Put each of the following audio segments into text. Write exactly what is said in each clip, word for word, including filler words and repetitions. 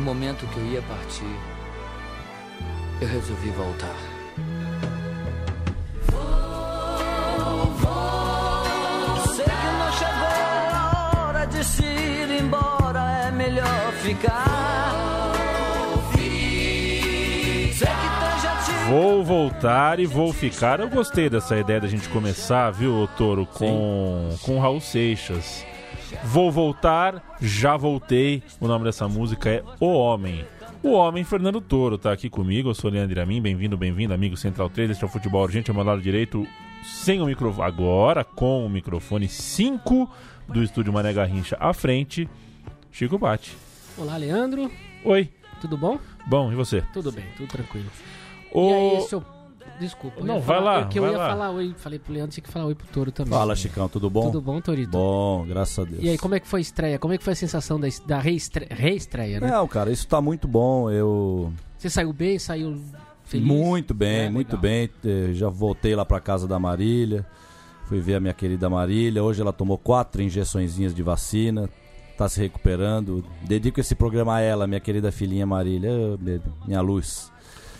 No momento que eu ia partir, eu resolvi voltar. Vou, vou. Sei que não chegou a hora de se ir embora, é melhor ficar. Vou voltar e vou ficar. Eu gostei dessa ideia da gente começar, viu, Toro, com, com Raul Seixas. Vou voltar, já voltei. O nome dessa música é O Homem. O Homem, Fernando Toro, tá aqui comigo. Eu sou Leandro Iramin, bem-vindo, bem-vindo, amigo Central três. Este é o Futebol Urgente, ao meu lado direito, sem o microfone, agora com o microfone cinco do estúdio Mané Garrincha à frente, Chico Bate. Olá, Leandro. Oi. Tudo bom? Bom, e você? Tudo bem, tudo tranquilo. O... E aí, seu... Desculpa. Não, vai falar, lá. É que eu vai ia lá. falar oi. Falei pro Leandro, tinha que falar oi pro Toro também. Fala, Chicão, tudo bom? Tudo bom, Torito? Bom, graças a Deus. E aí, como é que foi a estreia? Como é que foi a sensação da, da reestre... reestreia, né? Não, cara, isso tá muito bom. Eu... Você saiu bem, saiu feliz? Muito bem, é, muito legal. bem. Eu já voltei lá pra casa da Marília. Fui ver a minha querida Marília. Hoje ela tomou quatro injeçõezinhas de vacina. Tá se recuperando. Dedico esse programa a ela, minha querida filhinha Marília. Minha luz.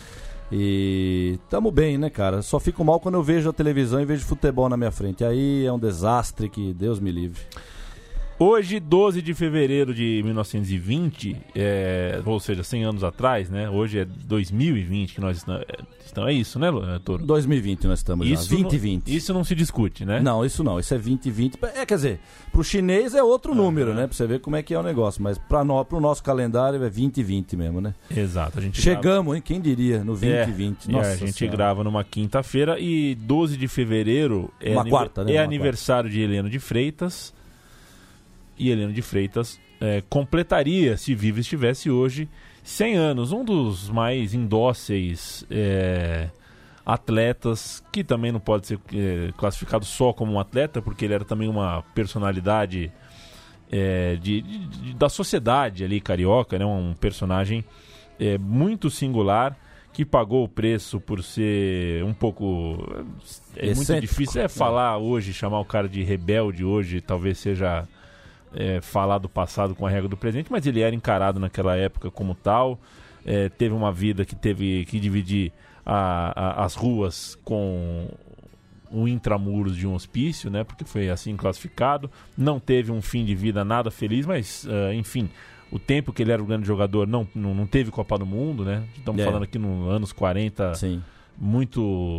E tamo bem, né, cara? Só fico mal quando eu vejo a televisão e vejo futebol na minha frente. Aí é um desastre que Deus me livre. Hoje, doze de fevereiro de mil novecentos e vinte, é, ou seja, cem anos atrás, né? Hoje é dois mil e vinte que nós estamos... Então é isso, né, Toro? dois mil e vinte nós estamos isso já, vinte e não, vinte. Isso não se discute, né? Não, isso não, isso é vinte e vinte. É, quer dizer, pro chinês é outro número, né? Pra você ver como é que é o negócio. Mas pra no, pro nosso calendário é vinte e vinte mesmo, né? Exato. A gente Chegamos, grava... hein? Quem diria? No vinte e vinte. É, Nossa é, a gente senhora. grava numa quinta-feira e doze de fevereiro é, Uma anive- quarta, né? é Uma aniversário de Heleno de Freitas. E Heleno de Freitas é, completaria, se vivo estivesse hoje, cem anos. Um dos mais indóceis é, atletas, que também não pode ser é, classificado só como um atleta, porque ele era também uma personalidade é, de, de, de, da sociedade ali carioca, né? Um personagem é, muito singular, que pagou o preço por ser um pouco... É muito Excêntrico, difícil é, falar hoje, chamar o cara de rebelde hoje, talvez seja... É, falar do passado com a regra do presente, mas ele era encarado naquela época como tal. É, teve uma vida que teve que dividir a, a, as ruas com o intramuros de um hospício, né, porque foi assim classificado. Não teve um fim de vida nada feliz, mas uh, enfim, o tempo que ele era um grande jogador não, não, não teve Copa do Mundo, né? Estamos é. falando aqui nos anos quarenta. Sim. Muito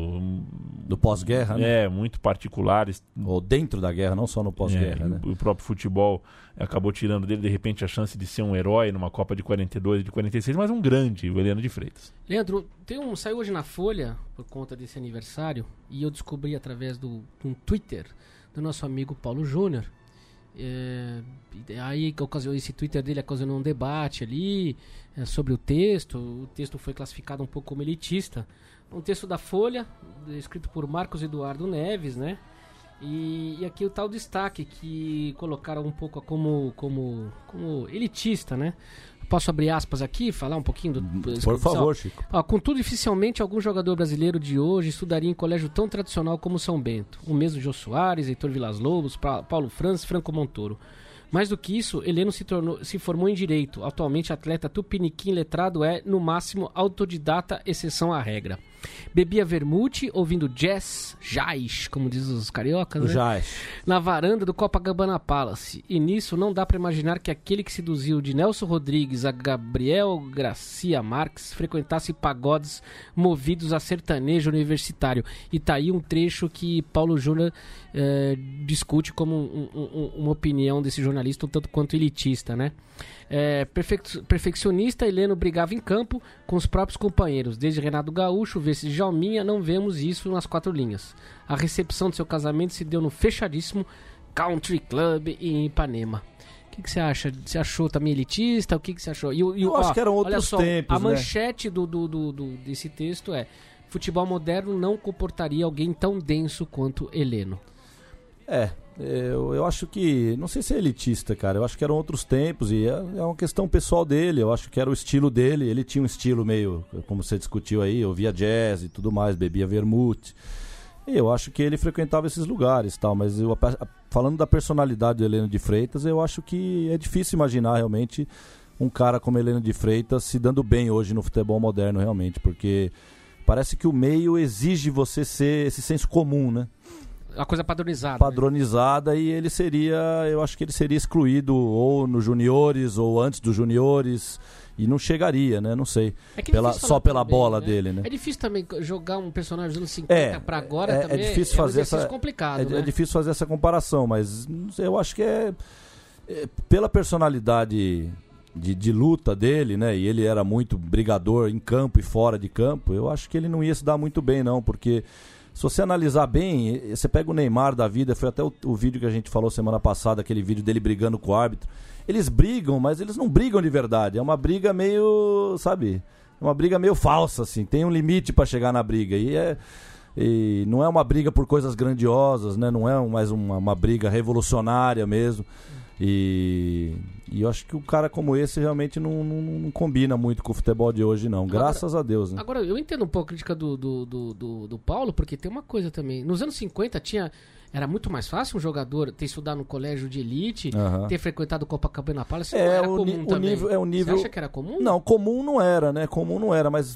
do pós-guerra, né? É, muito particulares. Ou dentro da guerra, não só no pós-guerra, é, né? O, o próprio futebol acabou tirando dele, de repente, a chance de ser um herói numa Copa de quarenta e dois e de quarenta e seis, mas um grande, o Heleno de Freitas. Leandro, tem um, saiu hoje na Folha, por conta desse aniversário, e eu descobri através do, de um Twitter do nosso amigo Paulo Júnior. É, aí esse Twitter dele ocasionou um debate ali é, sobre o texto. O texto foi classificado um pouco como elitista. Um texto da Folha, escrito por Marcos Eduardo Neves, né? E, e aqui o tal destaque que colocaram um pouco como, como, como elitista, né? Posso abrir aspas aqui, falar um pouquinho do... Por favor, Chico. Ó, contudo, dificilmente algum jogador brasileiro de hoje estudaria em colégio tão tradicional como São Bento. O mesmo Jô Soares, Heitor Vilas-Lobos, Paulo Franz, Franco Montoro. Mais do que isso, Heleno se, tornou, se formou em Direito. Atualmente, atleta tupiniquim letrado é, no máximo, autodidata, exceção à regra. Bebia vermute, ouvindo jazz, jazz, como diz os cariocas, né? Jazz. Na varanda do Copacabana Palace. E nisso não dá pra imaginar que aquele que seduziu de Nelson Rodrigues a Gabriel Garcia Marques frequentasse pagodes movidos a sertanejo universitário. E tá aí um trecho que Paulo Júnior eh, discute como um, um, uma opinião desse jornalista um tanto quanto elitista, né? É, perfec- perfeccionista, Heleno brigava em campo com os próprios companheiros. Desde Renato Gaúcho, vê-se Djalminha, não vemos isso nas quatro linhas. A recepção de seu casamento se deu no fechadíssimo Country Club em Ipanema. O que você acha? Você achou também elitista? O que você achou? E, e, Eu ó, acho que eram outros olha só, tempos, a né? manchete do, do, do, do, desse texto é: futebol moderno não comportaria alguém tão denso quanto Heleno. É, eu, eu acho que, não sei se é elitista, cara, eu acho que eram outros tempos e é, é uma questão pessoal dele, eu acho que era o estilo dele, ele tinha um estilo meio, como você discutiu aí, ouvia jazz e tudo mais, bebia vermute, e eu acho que ele frequentava esses lugares, tal, mas eu, falando da personalidade do Heleno de Freitas, eu acho que é difícil imaginar realmente um cara como Heleno de Freitas se dando bem hoje no futebol moderno, realmente, porque parece que o meio exige você ser esse senso comum, né? A coisa padronizada. Padronizada, né? E ele seria, eu acho que ele seria excluído ou nos juniores ou antes dos juniores e não chegaria, né? Não sei. É que é pela, difícil só falar pela também, bola né? dele, né? É difícil também jogar um personagem dos anos cinquenta É, pra agora é, também. é difícil é um fazer exercício essa complicado, é, né? é difícil fazer essa comparação, mas eu acho que é, é pela personalidade de, de luta dele, né? E ele era muito brigador em campo e fora de campo. Eu acho que ele não ia se dar muito bem, não, porque se você analisar bem, você pega o Neymar da vida, foi até o, o vídeo que a gente falou semana passada, aquele vídeo dele brigando com o árbitro. Eles brigam, mas eles não brigam de verdade. É uma briga meio, sabe, é uma briga meio falsa, assim. Tem um limite para chegar na briga. E, é, e não é uma briga por coisas grandiosas, né? Não é mais uma, uma briga revolucionária mesmo. E, e eu acho que um cara como esse realmente não, não, não combina muito com o futebol de hoje, não. Graças agora, a Deus, né? Agora, eu entendo um pouco a crítica do, do, do, do, do Paulo, porque tem uma coisa também. Nos anos cinquenta tinha... Era muito mais fácil um jogador ter estudado no colégio de elite, Uhum. ter frequentado o Copacabana Palace. É, não era o comum ni- o também. nível- é o nível- Você acha que era comum? Não, comum não era, né? Comum não era, mas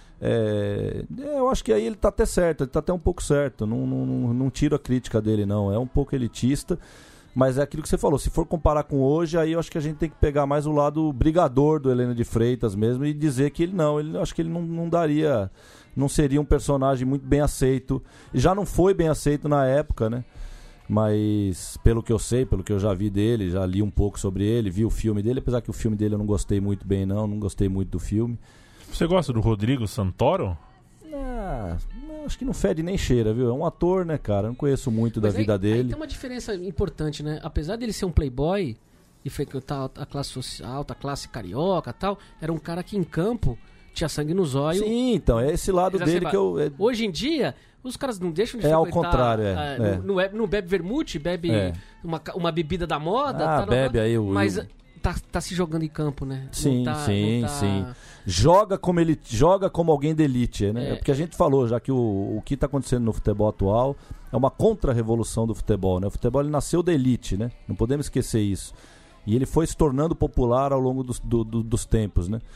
é, é, eu acho que aí ele tá até certo, ele tá até um pouco certo. Não, não, não, não tiro a crítica dele, não. É um pouco elitista, mas é aquilo que você falou. Se for comparar com hoje, aí eu acho que a gente tem que pegar mais o lado brigador do Heleno de Freitas mesmo e dizer que ele não, ele, eu acho que ele não, não daria, não seria um personagem muito bem aceito. Já não foi bem aceito na época, né? Mas pelo que eu sei, pelo que eu já vi dele, já li um pouco sobre ele, vi o filme dele, apesar que o filme dele eu não gostei muito bem, não, não gostei muito do filme. Você gosta do Rodrigo Santoro? Ah, não, acho que não fede nem cheira, viu? É um ator, né, cara? Eu não conheço muito Mas da aí- vida aí dele. tem uma diferença importante, né? Apesar dele ser um playboy e frequentar a classe social, alta classe carioca e tal, era um cara que em campo tinha sangue nos olhos. Sim, então, é esse lado Exacerba- dele que eu... É, Hoje em dia, os caras não deixam de É ao frequentar, contrário, é, ah, é. Não, não, é- não bebe vermute, bebe É. uma, ca- uma bebida da moda. Ah, tá, bebe aí o- Mas o- tá, tá se jogando em campo, né? Não Sim, tá- sim, não tá- sim. Joga como ele joga como alguém de elite, né? É. É porque a gente falou já que o, o que está acontecendo no futebol atual é uma contra-revolução do futebol, né? O futebol ele nasceu da elite, né? Não podemos esquecer isso. E ele foi se tornando popular ao longo dos, do, do, dos tempos, né?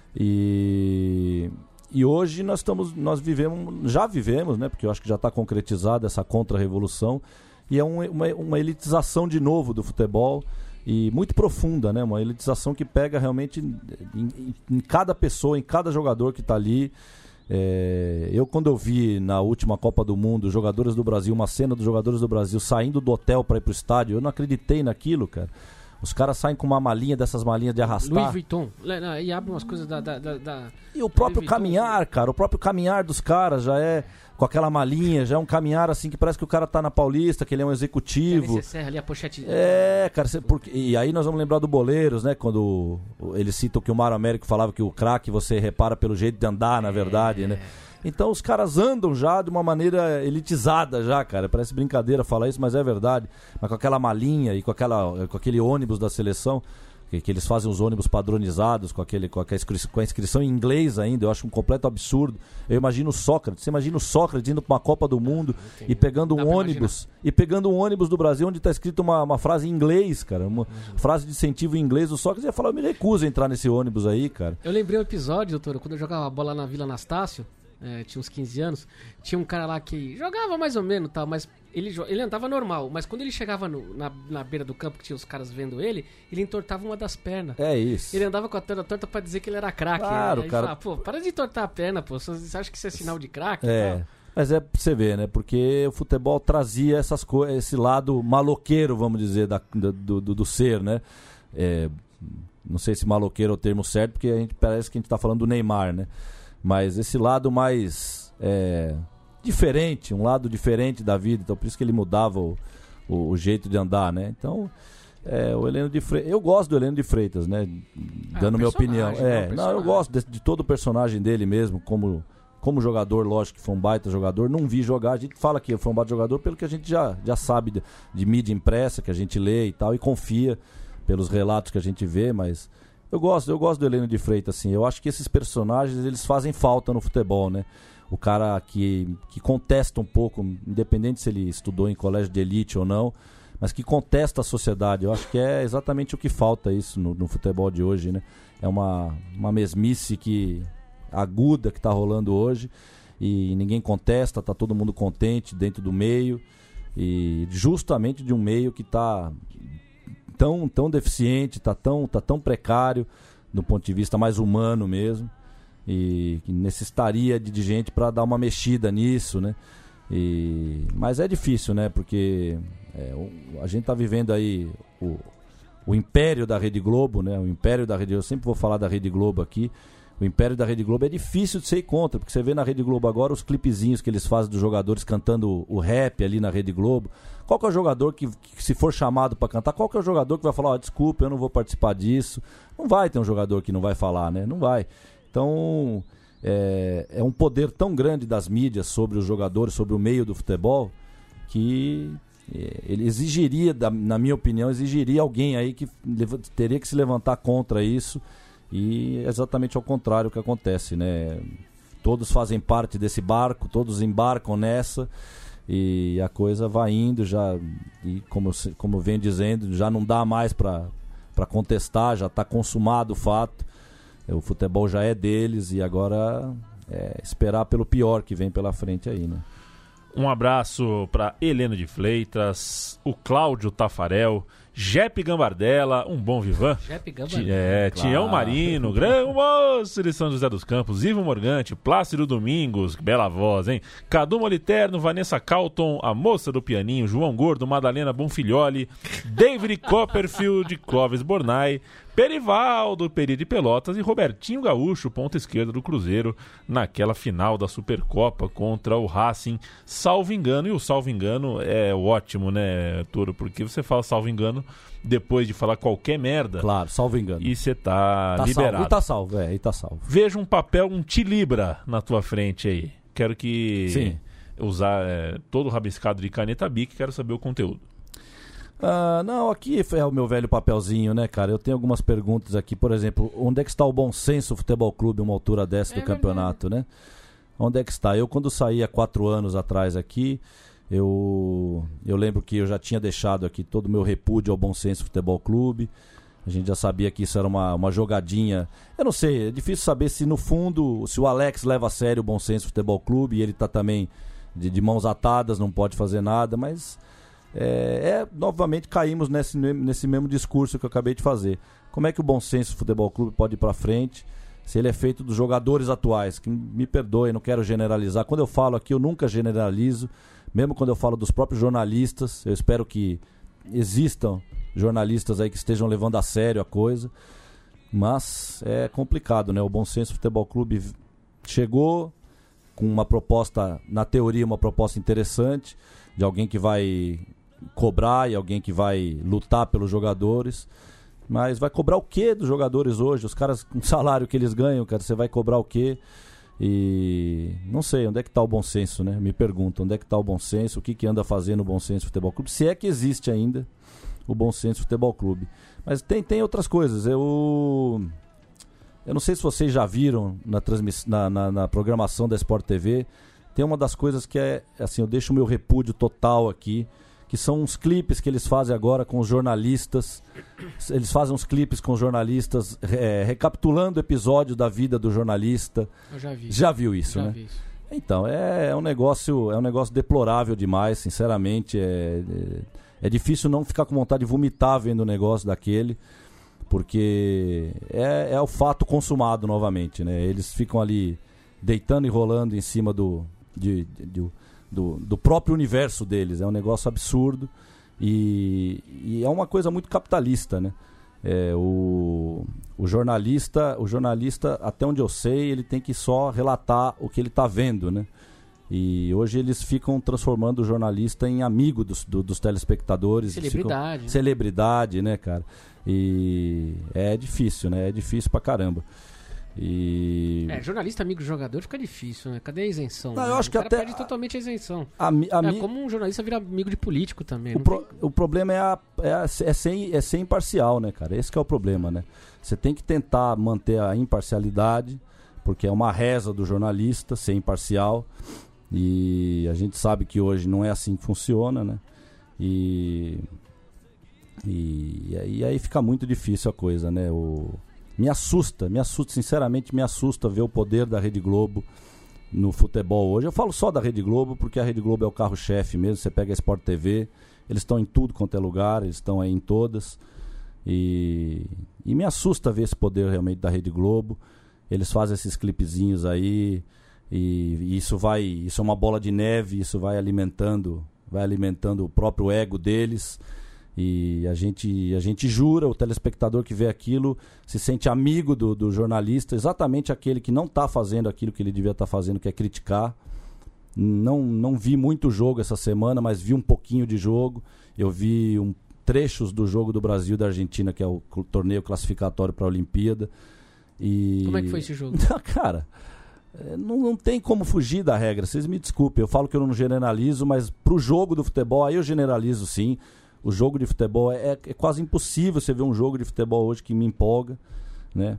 E, e hoje nós estamos, nós vivemos, já vivemos, né? Porque eu acho que já está concretizada essa contra-revolução e é um, uma, uma elitização de novo do futebol. E muito profunda, né? Uma elitização que pega realmente em, em, em cada pessoa, em cada jogador que está ali. É, eu, quando eu vi na última Copa do Mundo, os jogadores do Brasil, uma cena dos jogadores do Brasil saindo do hotel para ir pro estádio, eu não acreditei naquilo, cara. Os caras saem com uma malinha, dessas malinhas de arrastar. Louis Vuitton. Le- não, E abre umas coisas da... da, da, da- E o próprio Louis Vuitton, caminhar, cara, o próprio caminhar dos caras já é com aquela malinha, já é um caminhar assim que parece que o cara tá na Paulista, que ele é um executivo. Serra ali, a pochete... É, cara, cê, porque, e aí nós vamos lembrar do Boleiros, né? Quando o- eles citam que o Mário Américo falava que o craque você repara pelo jeito de andar, na verdade, né? Então os caras andam já de uma maneira elitizada já, cara. Parece brincadeira falar isso, mas é verdade. Mas com aquela malinha e com, aquela, com aquele ônibus da seleção, que, que eles fazem os ônibus padronizados, com, aquele, com, a inscrição, com a inscrição em inglês ainda, eu acho um completo absurdo. Eu imagino o Sócrates, você imagina o Sócrates indo para uma Copa do Mundo e pegando Dá um pra ônibus, e pegando um ônibus do Brasil onde está escrito uma, uma frase em inglês, cara, uma frase de incentivo em inglês. O Sócrates ia falar, eu me recuso a entrar nesse ônibus aí, cara. Eu lembrei um episódio, doutora, quando eu jogava bola na Vila Anastácio, é, tinha uns quinze anos, tinha um cara lá que jogava mais ou menos, tal, mas ele, jo- ele andava normal, mas quando ele chegava no- na, na beira do campo, que tinha os caras vendo ele, ele entortava uma das pernas. É isso. Ele andava com a perna torta pra dizer que ele era craque. Claro, Aí cara. Fala, pô, para de entortar a perna, pô, você acha que isso é sinal de craque? É, Tal? mas é pra você ver, né? Porque o futebol trazia essas coisas, esse lado maloqueiro, vamos dizer, da, do, do, do ser, né? É, não sei se maloqueiro é o termo certo, porque a gente parece que a gente tá falando do Neymar, né? Mas esse lado mais é, diferente, um lado diferente da vida, então por isso que ele mudava o, o, o jeito de andar, né? Então, é, o Heleno de Freitas, eu gosto do Heleno de Freitas, né? Ah, Dando o minha opinião. personagem, né? É, O não, eu personagem. gosto de, de todo o personagem dele mesmo, como como jogador, lógico que foi um baita jogador, não vi jogar, a gente fala que foi um baita jogador pelo que a gente já, já sabe de, de mídia impressa, que a gente lê e tal, e confia pelos relatos que a gente vê, mas eu gosto, eu gosto do Heleno de Freitas, assim, eu acho que esses personagens, eles fazem falta no futebol, né? O cara que, que contesta um pouco, independente se ele estudou em colégio de elite ou não, mas que contesta a sociedade. Eu acho que é exatamente o que falta isso no, no futebol de hoje, né? É uma, uma mesmice que, aguda que está rolando hoje e ninguém contesta, está todo mundo contente dentro do meio, e justamente de um meio que está tão, tão deficiente, está tão, tá tão precário do ponto de vista mais humano mesmo, e que necessitaria de, de gente para dar uma mexida nisso, né? E, mas é difícil, né? Porque é, o, a gente está vivendo aí o, o império da Rede Globo, né? O império da Rede, eu sempre vou falar da Rede Globo aqui. O império da Rede Globo é difícil de ser contra, porque você vê na Rede Globo agora os clipezinhos que eles fazem dos jogadores cantando o, o rap ali na Rede Globo. Qual que é o jogador que, que se for chamado para cantar, qual que é o jogador que vai falar, ó, desculpa, eu não vou participar disso? Não vai ter um jogador que não vai falar, né? Não vai. Então, é, é um poder tão grande das mídias sobre os jogadores, sobre o meio do futebol, que é, ele exigiria, da, na minha opinião, exigiria alguém aí que teria que se levantar contra isso. E é exatamente ao contrário que acontece, né? Todos fazem parte desse barco, todos embarcam nessa e a coisa vai indo já, e como, como eu venho dizendo, já não dá mais para contestar, já está consumado o fato, o futebol já é deles e agora é esperar pelo pior que vem pela frente aí, né? Um abraço para Helena de Fleitas, o Cláudio Tafarel, Jepe Gambardella, um bom vivan. Jepe Gambardella. É, Claro. Tião Marino, grande moço de São José dos Campos, Ivo Morgante, Plácido Domingos, bela voz, hein? Cadu Moliterno, Vanessa Calton, a moça do pianinho, João Gordo, Madalena Bonfilholi, David Copperfield, Clóvis Bornai, Perivaldo, Peri de Pelotas e Robertinho Gaúcho, ponta esquerda do Cruzeiro, naquela final da Supercopa contra o Racing, salvo engano. E o salvo engano é ótimo, né, Toro? Porque você fala salvo engano depois de falar qualquer merda. Claro, salvo engano. E você tá, tá liberado. Salvo, e tá salvo, é, e tá salvo. Veja um papel, um tilibra na tua frente aí. Quero que... Sim. Usar é, todo rabiscado de caneta Bic, quero saber o conteúdo. Ah, não, aqui é o meu velho papelzinho, né, cara? Eu tenho algumas perguntas aqui, por exemplo, onde é que está o Bom Senso Futebol Clube uma altura dessa do É campeonato, né? Onde é que está? Eu, quando saí há quatro anos atrás aqui, eu, eu lembro que eu já tinha deixado aqui todo o meu repúdio ao Bom Senso Futebol Clube. A gente já sabia que isso era uma, uma jogadinha. Eu não sei, é difícil saber se no fundo, se o Alex leva a sério o Bom Senso Futebol Clube e ele tá também de, de mãos atadas, não pode fazer nada, mas... É, é, novamente caímos nesse, nesse mesmo discurso que eu acabei de fazer. Como é que o Bom Senso Futebol Clube pode ir para frente se ele é feito dos jogadores atuais? Que me perdoem, não quero generalizar. Quando eu falo aqui, eu nunca generalizo. Mesmo quando eu falo dos próprios jornalistas, eu espero que existam jornalistas aí que estejam levando a sério a coisa. Mas é complicado, né? O Bom Senso Futebol Clube chegou com uma proposta, na teoria, uma proposta interessante, de alguém que vai cobrar e alguém que vai lutar pelos jogadores, mas vai cobrar o que dos jogadores hoje? Os caras com o salário que eles ganham, cara, você vai cobrar o quê? E não sei, onde é que está o bom senso, né? Me pergunto, onde é que está o bom senso? O que, que anda fazendo o Bom Senso Futebol Clube? Se é que existe ainda o Bom Senso Futebol Clube. Mas tem, tem outras coisas. Eu eu não sei se vocês já viram na, transmiss... na, na, na programação da Sport T V. Tem uma das coisas que é, assim, eu deixo o meu repúdio total aqui, que são uns clipes que eles fazem agora com os jornalistas. Eles fazem uns clipes com os jornalistas, é, recapitulando o episódio da vida do jornalista. Eu já vi. Já viu isso, já né? Vi isso. Então, é, é um negócio, é um negócio deplorável demais, sinceramente. É, é, é difícil não ficar com vontade de vomitar vendo um negócio daquele, porque é, é o fato consumado novamente, né? Eles ficam ali deitando e rolando em cima do... De, de, de, do, do próprio universo deles. É um negócio absurdo e, e é uma coisa muito capitalista, né? É, o, o jornalista o jornalista, até onde eu sei, ele tem que só relatar o que ele está vendo, né? E hoje eles ficam transformando o jornalista em amigo dos, do, dos telespectadores. Celebridade. Ficam, né? Celebridade, né, cara? E é difícil, né? É difícil pra caramba. E... É, jornalista amigo do jogador fica difícil, né? Cadê a isenção? Não, né? eu acho o que cara até perde totalmente a isenção. A, a, é mi... como um jornalista vira amigo de político também. O, não pro... tem... o problema é, a... é, a... é, ser... é ser imparcial, né, cara? Esse que é o problema, né? Você tem que tentar manter a imparcialidade, porque é uma reza do jornalista ser imparcial, e a gente sabe que hoje não é assim que funciona, né? E, e, e aí fica muito difícil a coisa, né? O, me assusta, me assusta, sinceramente me assusta ver o poder da Rede Globo no futebol hoje. Eu falo só da Rede Globo porque a Rede Globo é o carro-chefe mesmo. Você pega a Sport T V, eles estão em tudo quanto é lugar, eles estão aí em todas. E, e me assusta ver esse poder realmente da Rede Globo. Eles fazem esses clipezinhos aí e, e isso vai, isso é uma bola de neve, isso vai alimentando, vai alimentando o próprio ego deles. E a gente, a gente jura, o telespectador que vê aquilo se sente amigo do, do jornalista, exatamente aquele que não está fazendo aquilo que ele devia estar tá fazendo, que é criticar. Não, não vi muito jogo essa semana, mas vi um pouquinho de jogo. Eu vi um, trechos do jogo do Brasil e da Argentina, que é o torneio classificatório para a Olimpíada. E... Como é que foi esse jogo? Cara, não, não tem como fugir da regra, vocês me desculpem. Eu falo que eu não generalizo, mas pro jogo do futebol, aí eu generalizo sim. O jogo de futebol é, é quase impossível você ver um jogo de futebol hoje que me empolga, né?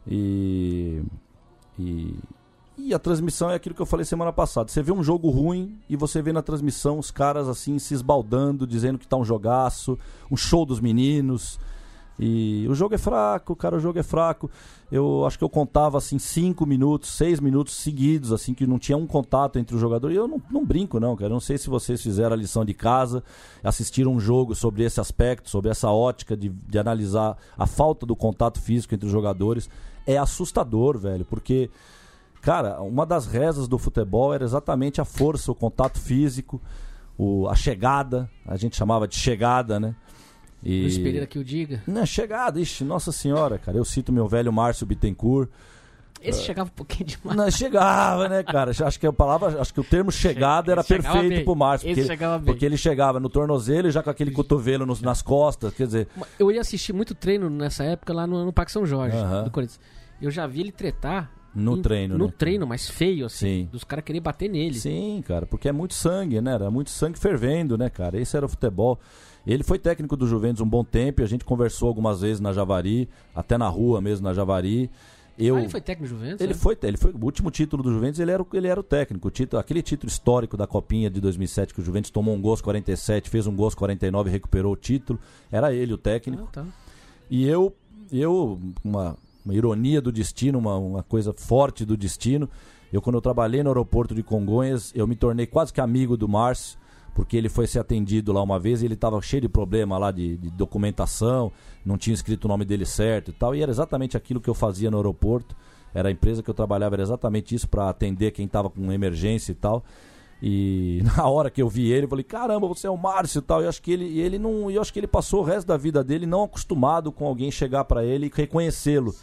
E, e, e a transmissão é aquilo que eu falei semana passada. Você vê um jogo ruim e você vê na transmissão os caras assim se esbaldando, dizendo que tá um jogaço, um show dos meninos. E o jogo é fraco, cara, o jogo é fraco. Eu acho que eu contava assim cinco minutos, seis minutos seguidos, assim, que não tinha um contato entre o jogador. E eu não, não brinco não, cara. Eu não sei se vocês fizeram a lição de casa, assistiram um jogo sobre esse aspecto, sobre essa ótica de, de analisar a falta do contato físico entre os jogadores. É assustador, velho, porque, cara, uma das rezas do futebol era exatamente a força, o contato físico, o, a chegada, a gente chamava de chegada, né? E... Luiz Pereira que o diga. Não, chegada, ixi, nossa senhora, cara. Eu cito meu velho Márcio Bittencourt. Esse uh... chegava um pouquinho demais. Não, chegava, né, cara? Acho que a palavra, acho que o termo chegada che... era perfeito bem. Pro Márcio. Esse porque, chegava ele, bem. porque ele chegava no tornozelo e já com aquele cotovelo nos, nas costas, quer dizer... Eu ia assistir muito treino nessa época lá no, no Parque São Jorge, uh-huh. do Corinthians. Eu já vi ele tretar... No em, treino, No né? treino, mas feio, assim. Sim. Dos caras querer bater nele. Sim, cara, porque é muito sangue, né? Era muito sangue fervendo, né, cara? Esse era o futebol. Ele foi técnico do Juventus um bom tempo e a gente conversou algumas vezes na Javari, até na rua mesmo, na Javari. Eu... Ah, ele foi técnico do Juventus? Ele, é? foi, ele foi o último título do Juventus, ele era, ele era o técnico. O título, aquele título histórico da Copinha de dois mil e sete, que o Juventus tomou um gol aos quarenta e sete, fez um gol aos quarenta e nove e recuperou o título. Era ele o técnico. Ah, tá. E eu, eu uma... uma ironia do destino, uma, uma coisa forte do destino. Eu, quando eu trabalhei no aeroporto de Congonhas, eu me tornei quase que amigo do Márcio, porque ele foi ser atendido lá uma vez e ele estava cheio de problema lá de, de documentação, não tinha escrito o nome dele certo e tal, e era exatamente aquilo que eu fazia no aeroporto. Era a empresa que eu trabalhava, era exatamente isso, para atender quem estava com emergência e tal. E na hora que eu vi ele, eu falei, caramba, você é o Márcio e tal. E eu acho que ele, ele não, eu acho que ele passou o resto da vida dele não acostumado com alguém chegar pra ele e reconhecê-lo.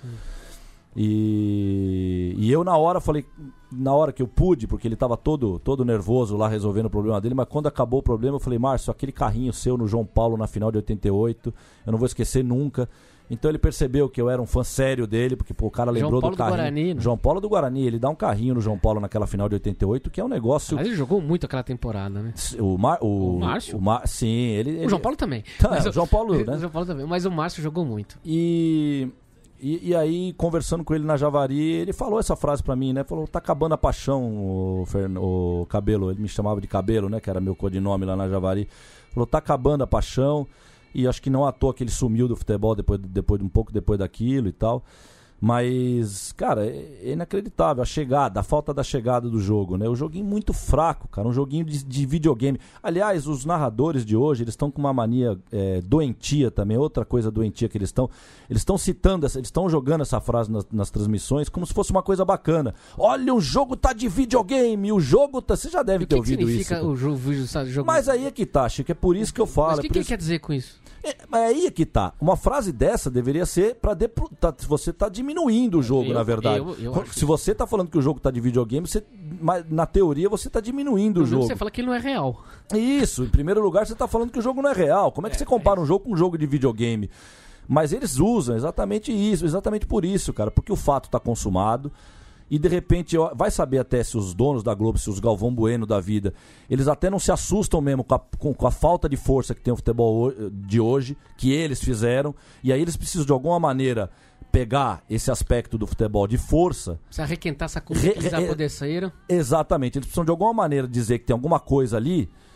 E, e eu na hora falei, na hora que eu pude, porque ele tava todo, todo nervoso lá resolvendo o problema dele, mas quando acabou o problema eu falei, Márcio, aquele carrinho seu no João Paulo na final de oitenta e oito, eu não vou esquecer nunca. Então ele percebeu que eu era um fã sério dele, porque pô, o cara lembrou do carrinho. Do Guarani, né? João Paulo do Guarani, ele dá um carrinho no João Paulo naquela final de oitenta e oito, que é um negócio... Mas ele jogou muito aquela temporada, né? O, Mar... o... o Márcio? O Mar... Sim, ele, ele... O João Paulo também. Tá, é, o João Paulo, né? O João Paulo também, mas o Márcio jogou muito. E... E, e aí, conversando com ele na Javari, ele falou essa frase pra mim, né? Falou, tá acabando a paixão, o, Fern... o Cabelo. Ele me chamava de Cabelo, né? Que era meu codinome lá na Javari. Falou, tá acabando a paixão. E acho que não à toa que ele sumiu do futebol depois, depois, um pouco depois daquilo e tal. Mas, cara, é inacreditável a chegada, a falta da chegada do jogo, né? O joguinho muito fraco, cara, um joguinho de, de videogame. Aliás, os narradores de hoje, eles estão com uma mania é, doentia também, outra coisa doentia que eles estão. Eles estão citando, essa, eles estão jogando essa frase nas, nas transmissões como se fosse uma coisa bacana. Olha, o jogo tá de videogame, o jogo tá... Você já deve ter ouvido isso. O que significa o jogo, jogo... Mas aí é que tá, Chico, é por isso que eu falo. Mas o que, é que isso... ele quer dizer com isso? É, mas aí é que tá. Uma frase dessa deveria ser pra... Depro... Tá, você tá diminuindo o jogo, eu, na verdade. Eu, eu Se você tá falando que o jogo tá de videogame, você, na teoria você tá diminuindo o jogo. Você fala que ele não é real. Isso, em primeiro lugar você tá falando que o jogo não é real. Como é que é, você compara é um jogo com um jogo de videogame? Mas eles usam exatamente isso, exatamente por isso, cara. Porque o fato tá consumado. E de repente, vai saber até se os donos da Globo, se os Galvão Bueno da vida, eles até não se assustam mesmo com a, com, com a falta de força que tem o futebol de hoje, que eles fizeram, e aí eles precisam de alguma maneira pegar esse aspecto do futebol de força. Precisa requentar essa coisa que eles apodreceram. Exatamente, eles precisam de alguma maneira dizer que tem alguma coisa ali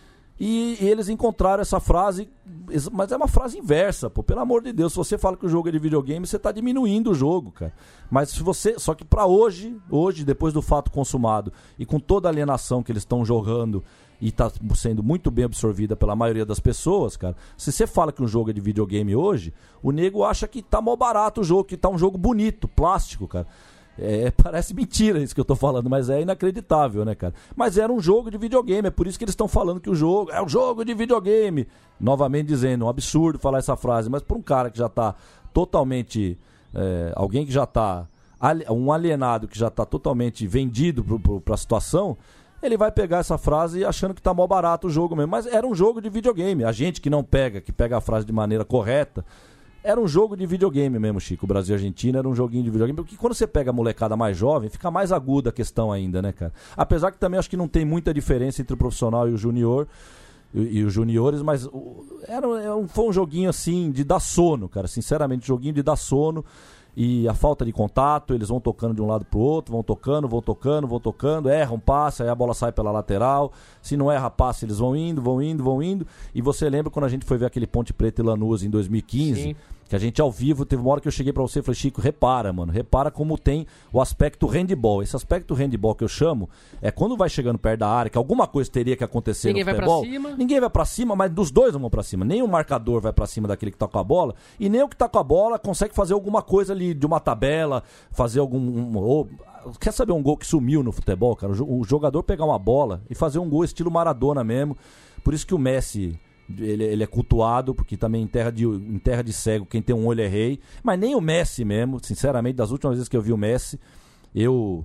E, e eles encontraram essa frase, mas é uma frase inversa, pô. Pelo amor de Deus, se você fala que o jogo é de videogame, você tá diminuindo o jogo, cara. Mas se você, só que pra hoje, hoje, depois do fato consumado, e com toda a alienação que eles estão jogando, e tá sendo muito bem absorvida pela maioria das pessoas, cara. Se você fala que um jogo é de videogame hoje, o nego acha que tá mó barato o jogo, que tá um jogo bonito, plástico, cara. É, parece mentira isso que eu tô falando, mas é inacreditável, né, cara? Mas era um jogo de videogame, é por isso que eles estão falando que o jogo é um jogo de videogame. Novamente dizendo, um absurdo falar essa frase, mas para um cara que já tá totalmente... É, alguém que já tá... Um alienado que já tá totalmente vendido pro, pro, pra situação... Ele vai pegar essa frase achando que tá mó barato o jogo mesmo. Mas era um jogo de videogame. A gente que não pega, que pega a frase de maneira correta... Era um jogo de videogame mesmo, Chico. O Brasil e a Argentina era um joguinho de videogame. Porque quando você pega a molecada mais jovem, fica mais aguda a questão ainda, né, cara? Apesar que também acho que não tem muita diferença entre o profissional e o junior e, e os juniores, mas o, era, era um, foi um joguinho assim de dar sono, cara. Sinceramente, joguinho de dar sono. E a falta de contato, eles vão tocando de um lado pro outro, vão tocando, vão tocando, vão tocando, erram, passa, aí a bola sai pela lateral. Se não erra, passa, eles vão indo, vão indo, vão indo. E você lembra quando a gente foi ver aquele Ponte Preta e Lanús em dois mil e quinze? Sim. Que a gente ao vivo, teve uma hora que eu cheguei pra você e falei, Chico, repara, mano, repara como tem o aspecto handball. Esse aspecto handball que eu chamo é quando vai chegando perto da área, que alguma coisa teria que acontecer ninguém no futebol. Ninguém vai pra cima. Ninguém vai pra cima, mas dos dois não vão pra cima. Nem o marcador vai pra cima daquele que tá com a bola, e nem o que tá com a bola consegue fazer alguma coisa ali de uma tabela, fazer algum... Um, ou, quer saber um gol que sumiu no futebol, cara? O jogador pegar uma bola e fazer um gol estilo Maradona mesmo. Por isso que o Messi... Ele, ele é cultuado, porque também em terra, de, em terra de cego, quem tem um olho é rei. Mas nem o Messi mesmo, sinceramente, das últimas vezes que eu vi o Messi, eu...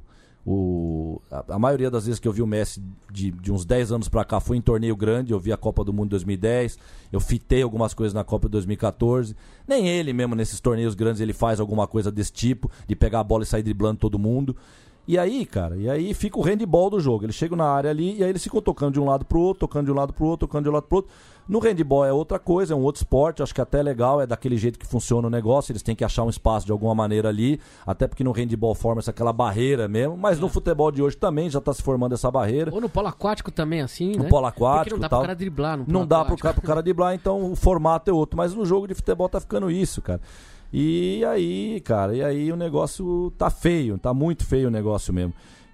O, a, a maioria das vezes que eu vi o Messi de, de uns dez anos pra cá foi em torneio grande. Eu vi a Copa do Mundo de dois mil e dez, eu fitei algumas coisas na Copa de dois mil e catorze. Nem ele mesmo, nesses torneios grandes, ele faz alguma coisa desse tipo, de pegar a bola e sair driblando todo mundo. E aí, cara, e aí fica o handball do jogo. Eles chegam na área ali e aí eles ficam tocando de um lado pro outro, tocando de um lado pro outro, tocando de um lado pro outro. No handball é outra coisa, é um outro esporte, acho que até é legal, é daquele jeito que funciona o negócio, eles têm que achar um espaço de alguma maneira ali, até porque no handball forma-se aquela barreira mesmo, mas é. No futebol de hoje também já tá se formando essa barreira. Ou no polo aquático também, assim, no né? polo aquático, porque não dá tal. pro cara driblar no polo Não dá aquático. pro, pro cara driblar, então o formato é outro, mas no jogo de futebol tá ficando isso, cara. E aí, cara, e aí o negócio tá feio, tá muito feio o negócio mesmo.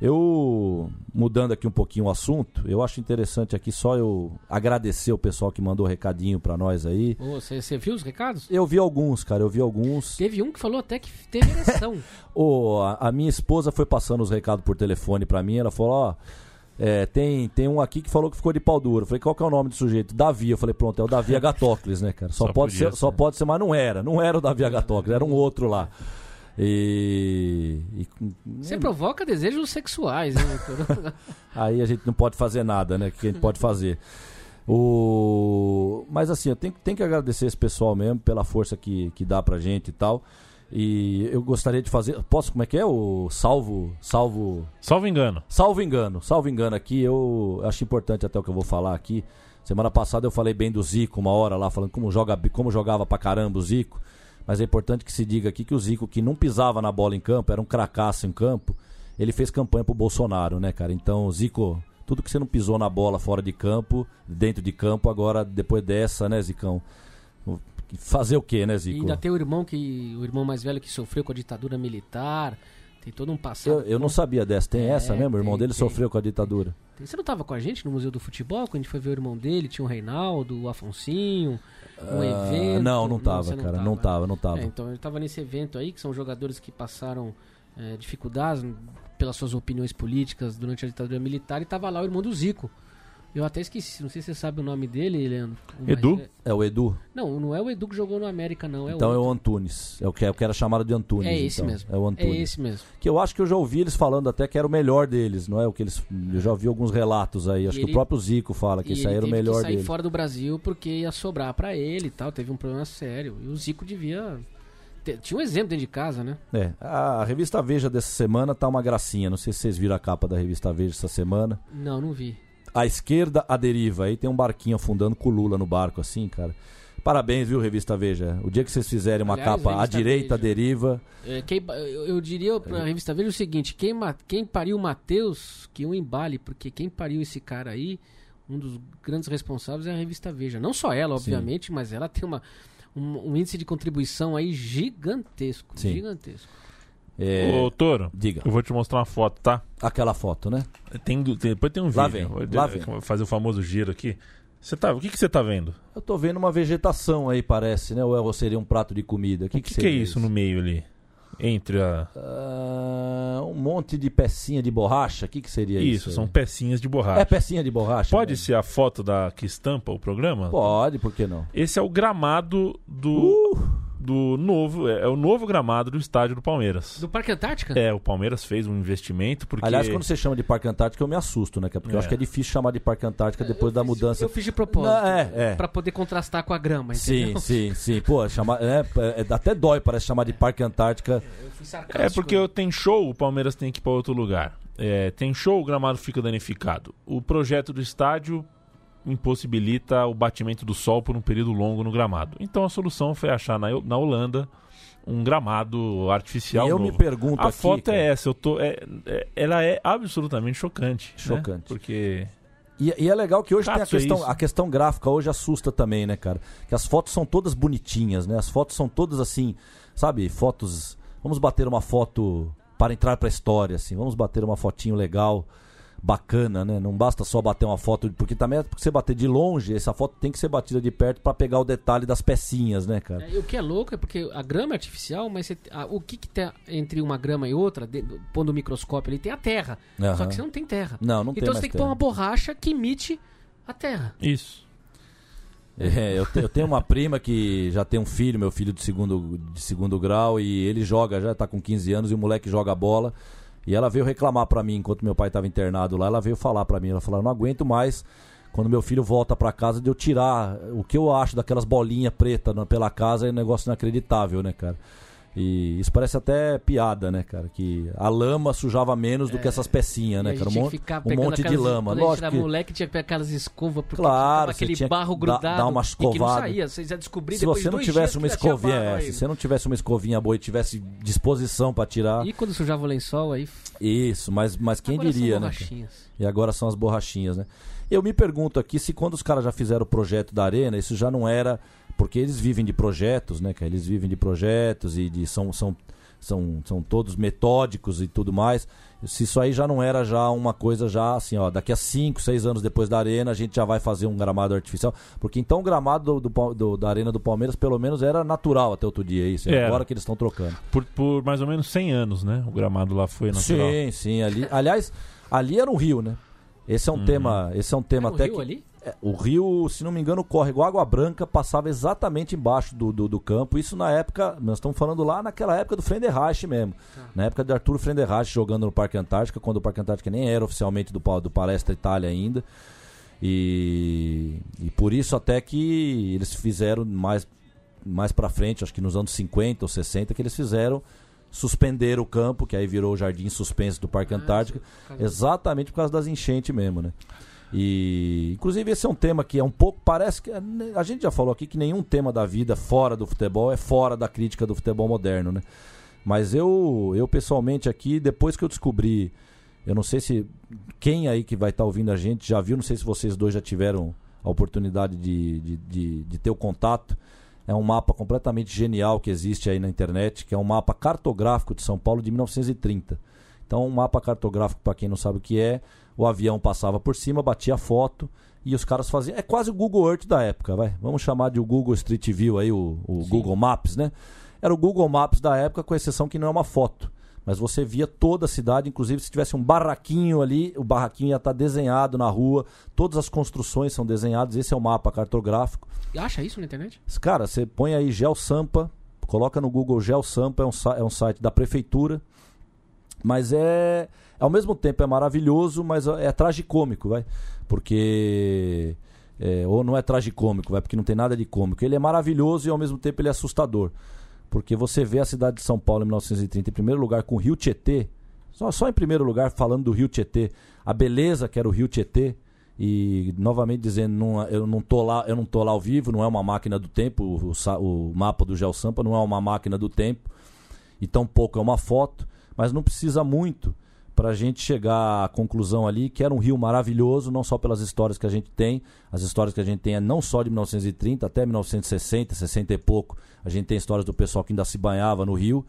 Eu, mudando aqui um pouquinho o assunto, eu acho interessante aqui só eu agradecer o pessoal que mandou recadinho pra nós aí. Você oh, viu os recados? Eu vi alguns, cara, eu vi alguns. Teve um que falou até que teve ereção. oh, a, a minha esposa foi passando os recados por telefone pra mim, ela falou, ó... É, tem, tem um aqui que falou que ficou de pau duro. Eu falei, qual que é o nome do sujeito? Davi. Eu falei, pronto, é o Davi Agatócles, né, cara? Só, só pode ser, ser, só pode ser, mas não era. Não era o Davi Agatócles, era um outro lá. E, e você provoca desejos sexuais, né? Aí a gente não pode fazer nada, né? O que a gente pode fazer? O... Mas assim, eu tenho, tenho que agradecer esse pessoal mesmo pela força que, que dá pra gente e tal. E eu gostaria de fazer. Posso, como é que é? O salvo. Salvo. Salvo engano. Salvo engano. Salvo engano aqui. Eu acho importante até o que eu vou falar aqui. Semana passada eu falei bem do Zico, uma hora lá, falando como, joga, como jogava pra caramba o Zico. Mas é importante que se diga aqui que o Zico, que não pisava na bola em campo, era um cracaço em campo, ele fez campanha pro Bolsonaro, né, cara? Então, Zico, tudo que você não pisou na bola fora de campo, dentro de campo, agora, depois dessa, né, Zicão? Fazer o quê, né, Zico? E ainda tem o irmão, que, o irmão mais velho que sofreu com a ditadura militar, tem todo um passado. Eu, eu não sabia dessa, tem é, essa mesmo? O irmão tem, dele tem. sofreu com a ditadura. Tem. Você não estava com a gente no Museu do Futebol, quando a gente foi ver o irmão dele, tinha o Reinaldo, o Afonsinho... Um uh, evento. Não, não tava, não, cara. Não tava, não tava. É, então ele tava nesse evento aí, que são jogadores que passaram é, dificuldades pelas suas opiniões políticas durante a ditadura militar, e tava lá o irmão do Zico. Eu até esqueci, não sei se você sabe o nome dele, Leandro. Edu? É... é o Edu? Não, não é o Edu que jogou no América, não. É então o é o Antunes. É o que, é o que era chamado de Antunes. É esse então. mesmo. É o Antunes. É esse mesmo. Que eu acho que eu já ouvi eles falando até que era o melhor deles, não é? O que eles, eu já ouvi alguns relatos aí. Acho e que ele... o próprio Zico fala que esse aí era o melhor dele. Ele teve que sair fora do Brasil porque ia sobrar pra ele e tal. Teve um problema sério. E o Zico devia... Tinha um exemplo dentro de casa, né? É. A revista Veja dessa semana tá uma gracinha. Não sei se vocês viram a capa da revista Veja essa semana. Não, não vi. À esquerda, a deriva. Aí tem um barquinho afundando com o Lula no barco, assim, cara. Parabéns, viu, Revista Veja? O dia que vocês fizerem uma Aliás, capa à direita, a deriva... É, quem, eu, eu diria pra é. Revista Veja o seguinte, quem, quem pariu o Matheus, que um embale, porque quem pariu esse cara aí, um dos grandes responsáveis é a revista Veja. Não só ela, obviamente, Sim. mas ela tem uma, um, um índice de contribuição aí gigantesco. Sim. Gigantesco. É... Ô, Toro, diga. Eu vou te mostrar uma foto, tá? Aquela foto, né? Tem, tem, depois tem um lá vídeo. Vem, vou lá vem. fazer o famoso giro aqui. Você tá, o que, que você tá vendo? Eu tô vendo uma vegetação aí, parece, né? Ou seria um prato de comida? O que, o que, que, seria que é isso, isso no meio ali? Entre a... Uh, um monte de pecinha de borracha. O que, que seria isso? Isso, são pecinhas de borracha. É pecinha de borracha. Pode né? ser a foto da que estampa o programa? Pode, por que não? Esse é o gramado do... Uh! do novo, é, é o novo gramado do estádio do Palmeiras. Do Parque Antártica? É, o Palmeiras fez um investimento porque... Aliás, quando você chama de Parque Antártica eu me assusto, né? Porque é. eu acho que é difícil chamar de Parque Antártica depois eu da fiz, mudança. Eu fiz de propósito, não, é, é. pra poder contrastar com a grama, entendeu? Sim, sim, sim. Pô, chamar, é, é, até dói, parece chamar de Parque Antártica. Eu fui sarcástico. É porque eu tenho show, o Palmeiras tem que ir pra outro lugar. É, tem show, o gramado fica danificado. O projeto do estádio impossibilita o batimento do sol por um período longo no gramado. Então a solução foi achar na, na Holanda um gramado artificial e eu novo. me pergunto a aqui, foto cara, é essa, eu tô, é, é, ela é absolutamente chocante. Chocante. Né? Porque... E, e é legal que hoje Cato tem a questão, é a questão gráfica, hoje assusta também, né, cara? Que as fotos são todas bonitinhas, né? As fotos são todas assim, sabe? Fotos... Vamos bater uma foto para entrar pra história, assim. Vamos bater uma fotinho legal, bacana, né? Não basta só bater uma foto, porque também é porque você bater de longe, essa foto tem que ser batida de perto para pegar o detalhe das pecinhas, né, cara? É, o que é louco é porque a grama é artificial, mas você, a, o que que tem entre uma grama e outra, de, pondo o microscópio ali, tem a terra. Uhum. Só que você não tem terra. Não, não tem então mais você tem que terra. pôr uma borracha que imite a terra. Isso. É, eu, te, eu tenho uma prima que já tem um filho, meu filho de segundo, de segundo grau, e ele joga, já tá com quinze anos, e o moleque joga bola. E ela veio reclamar pra mim, enquanto meu pai estava internado lá, ela veio falar pra mim, ela falou, eu não aguento mais quando meu filho volta pra casa de eu tirar o que eu acho daquelas bolinhas pretas pela casa, é um negócio inacreditável, né, cara? E isso parece até piada, né, cara? Que a lama sujava menos do É, que essas pecinhas, né, cara? Um monte, um monte de lama. Quando a gente Lógico era que... moleque, tinha que pegar aquelas escovas, porque Claro, aquele você tinha barro que grudado dar, dar uma e que não escovada. saía. Vocês iam descobrir Se depois você não dois tivesse dias uma que já tinha escovinha, barro é, aí. se você não tivesse uma escovinha boa e tivesse disposição pra tirar... E quando sujava o lençol, aí... Isso, mas, mas quem Agora diria, são né? borrachinhas. E agora são as borrachinhas, né? Eu me pergunto aqui se quando os caras já fizeram o projeto da Arena, isso já não era... Porque eles vivem de projetos, né, cara? Eles vivem de projetos e de, são, são, são, são todos metódicos e tudo mais. Se isso aí já não era já uma coisa já assim, ó, daqui a cinco, seis anos depois da Arena a gente já vai fazer um gramado artificial. Porque então o gramado do, do, do, da Arena do Palmeiras pelo menos era natural até outro dia, isso. É Era. agora que eles estão trocando. Por, por mais ou menos cem anos, né? O gramado lá foi natural. Sim, sim. Ali, aliás, ali era um rio, né? Esse é um Uhum. tema, esse é um tema Era um até rio que... ali? É, o rio, se não me engano, o córrego Água Branca passava exatamente embaixo do, do, do campo. Isso na época, nós estamos falando lá naquela época do Friedenreich mesmo. Tá. Na época de Arturo Friedenreich jogando no Parque Antártica, quando o Parque Antártica nem era oficialmente do, do Palestra Itália ainda. E, e por isso até que eles fizeram mais, mais pra frente, acho que nos anos cinquenta ou sessenta, que eles fizeram suspender o campo, que aí virou o Jardim Suspenso do Parque Ah, Antártica, por causa exatamente por causa das enchentes mesmo, né? E inclusive esse é um tema que é um pouco, parece que a gente já falou aqui que nenhum tema da vida fora do futebol é fora da crítica do futebol moderno, né? Mas eu, eu pessoalmente aqui, depois que eu descobri, eu não sei se quem aí que vai estar ouvindo a gente já viu, não sei se vocês dois já tiveram a oportunidade de, de, de, de ter o contato. É um mapa completamente genial que existe aí na internet, que é um mapa cartográfico de São Paulo de mil novecentos e trinta. Então, um mapa cartográfico, para quem não sabe o que é, o avião passava por cima, batia foto e os caras faziam... É quase o Google Earth da época, vai. Vamos chamar de o Google Street View aí, o, o Google Maps, né? Era o Google Maps da época, com exceção que não é uma foto. Mas você via toda a cidade, inclusive se tivesse um barraquinho ali, o barraquinho ia estar desenhado na rua, todas as construções são desenhadas, esse é o mapa cartográfico. Acha isso na internet? Cara, você põe aí GeoSampa, coloca no Google GeoSampa, é um, é um site da prefeitura, mas é, ao mesmo tempo é maravilhoso, mas é tragicômico, vai, porque, é, ou não é tragicômico, vai, porque não tem nada de cômico, ele é maravilhoso e ao mesmo tempo ele é assustador, porque você vê a cidade de São Paulo em mil novecentos e trinta em primeiro lugar com o Rio Tietê, só, só em primeiro lugar falando do Rio Tietê, a beleza que era o Rio Tietê. E novamente dizendo, não, eu não tô lá, eu não tô lá ao vivo, não é uma máquina do tempo, o, o, o mapa do GeoSampa não é uma máquina do tempo, e tampouco é uma foto, mas não precisa muito para a gente chegar à conclusão ali que era um rio maravilhoso, não só pelas histórias que a gente tem, as histórias que a gente tem é não só de mil novecentos e trinta até mil novecentos e sessenta, sessenta e pouco, a gente tem histórias do pessoal que ainda se banhava no rio,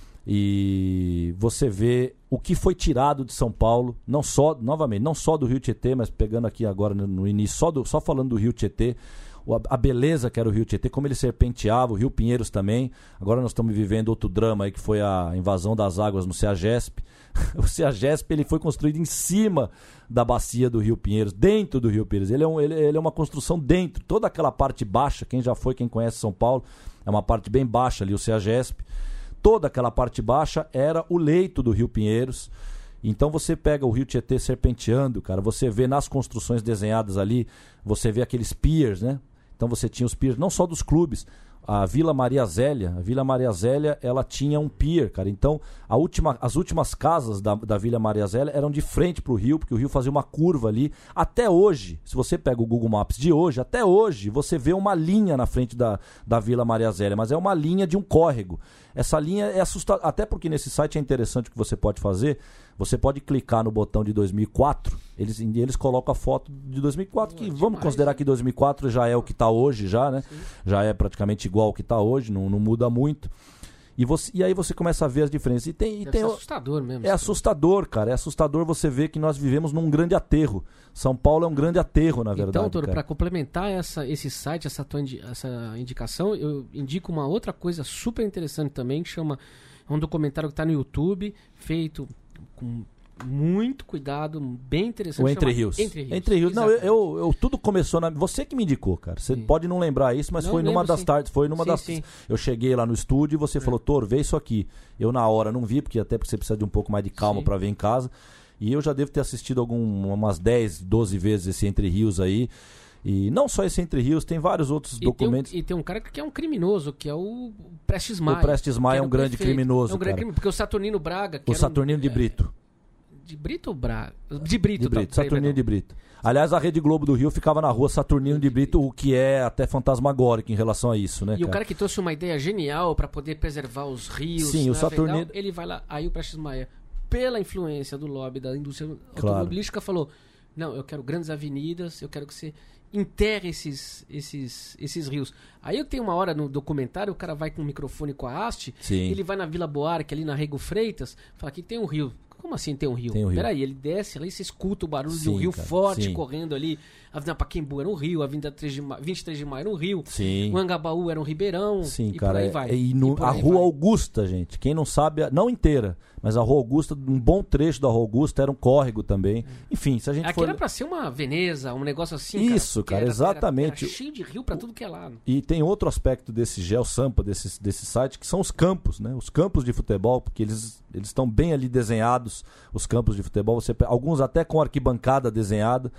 e você vê o que foi tirado de São Paulo, não só, novamente, não só do Rio Tietê, mas pegando aqui agora no, no início, só, do, só falando do Rio Tietê, a beleza que era o Rio Tietê, como ele serpenteava, o Rio Pinheiros também. Agora nós estamos vivendo outro drama aí, que foi a invasão das águas no CEAGESP. O CEAGESP ele foi construído em cima da bacia do Rio Pinheiros, dentro do Rio Pinheiros. Ele é, um, ele, ele é uma construção dentro, toda aquela parte baixa, quem já foi, quem conhece São Paulo, é uma parte bem baixa ali, o CEAGESP. Toda aquela parte baixa era o leito do Rio Pinheiros. Então você pega o Rio Tietê serpenteando, cara, você vê nas construções desenhadas ali, você vê aqueles piers, né? Então você tinha os piers, não só dos clubes, a Vila Maria Zélia, a Vila Maria Zélia, ela tinha um pier, cara. Então a última, as últimas casas da, da Vila Maria Zélia eram de frente pro rio, porque o rio fazia uma curva ali. Até hoje, se você pega o Google Maps de hoje, até hoje, você vê uma linha na frente da, da Vila Maria Zélia, mas é uma linha de um córrego. Essa linha é assustadora, até porque nesse site é interessante o que você pode fazer. Você pode clicar no botão de dois mil e quatro, eles, eles colocam a foto de dois mil e quatro, que é vamos demais, considerar que dois mil e quatro já é o que está hoje, já, né? Sim. Já é praticamente igual ao que está hoje, não, não muda muito. E, você, e aí você começa a ver as diferenças. E tem, e tem, assustador mesmo. É assustador, cara. É assustador você ver que nós vivemos num grande aterro. São Paulo é um grande aterro, na verdade. Então, Toro, para complementar essa, esse site, essa tua indi- essa indicação, eu indico uma outra coisa super interessante também, que chama um documentário que está no YouTube, feito com muito cuidado, bem interessante. O Entre Rios. Entre Rios. Entre Rios. Não, eu, eu, eu tudo começou na. Você que me indicou, cara. Você sim. pode não lembrar isso, mas não, foi numa das sim. tardes. Foi numa sim, das. Sim. Eu cheguei lá no estúdio e você é. falou, Toro, vê isso aqui. Eu na hora não vi, porque até porque você precisa de um pouco mais de calma para ver em casa. E eu já devo ter assistido algum, umas dez, doze vezes esse Entre Rios aí. E não só esse Entre Rios, tem vários outros e documentos. Tem um, e tem um cara que é um criminoso, que é o Prestes Maia. O Prestes Maia é um grande prefeito. criminoso. É um grande cara. criminoso, porque o Saturnino Braga. Que o Saturnino um, de Brito. É, de Brito ou Braga? De Brito, de Brito tá, Saturnino de Brito. Aliás, a Rede Globo do Rio ficava na rua Saturnino de Brito, o que é até fantasmagórico em relação a isso, né? E cara? o cara que trouxe uma ideia genial para poder preservar os rios. Sim, o Saturnino. Federal, ele vai lá, aí o Prestes Maia, pela influência do lobby da indústria claro. automobilística, falou: não, eu quero grandes avenidas, eu quero que você enterre esses, esses, esses rios. Aí eu tenho uma hora no documentário, o cara vai com o microfone com a haste, Sim. ele vai na Vila Buarque, ali na Rego Freitas, fala que tem um rio. Como assim tem um rio? Tem um rio. Peraí, ele desce ali e você escuta o barulho sim, de um rio cara, forte sim. correndo ali. A Avenida Pacaembu era um rio, a Avenida vinte e três de maio era um rio. Sim. O Angabaú era um ribeirão. Sim, e cara. por aí é, vai. E, no, e a aí Rua vai. Augusta, gente, quem não sabe, não inteira, mas a Rua Augusta, um bom trecho da Rua Augusta era um córrego também. Enfim, se a gente Aqui for... era pra ser uma Veneza, um negócio assim, Isso, cara, era, exatamente. Era, era cheio de rio pra tudo que é lado. E tem outro aspecto desse GeoSampa, desse, desse site, que são os campos, né? Os campos de futebol, porque eles eles estão bem ali desenhados, os campos de futebol, você alguns até com arquibancada desenhada.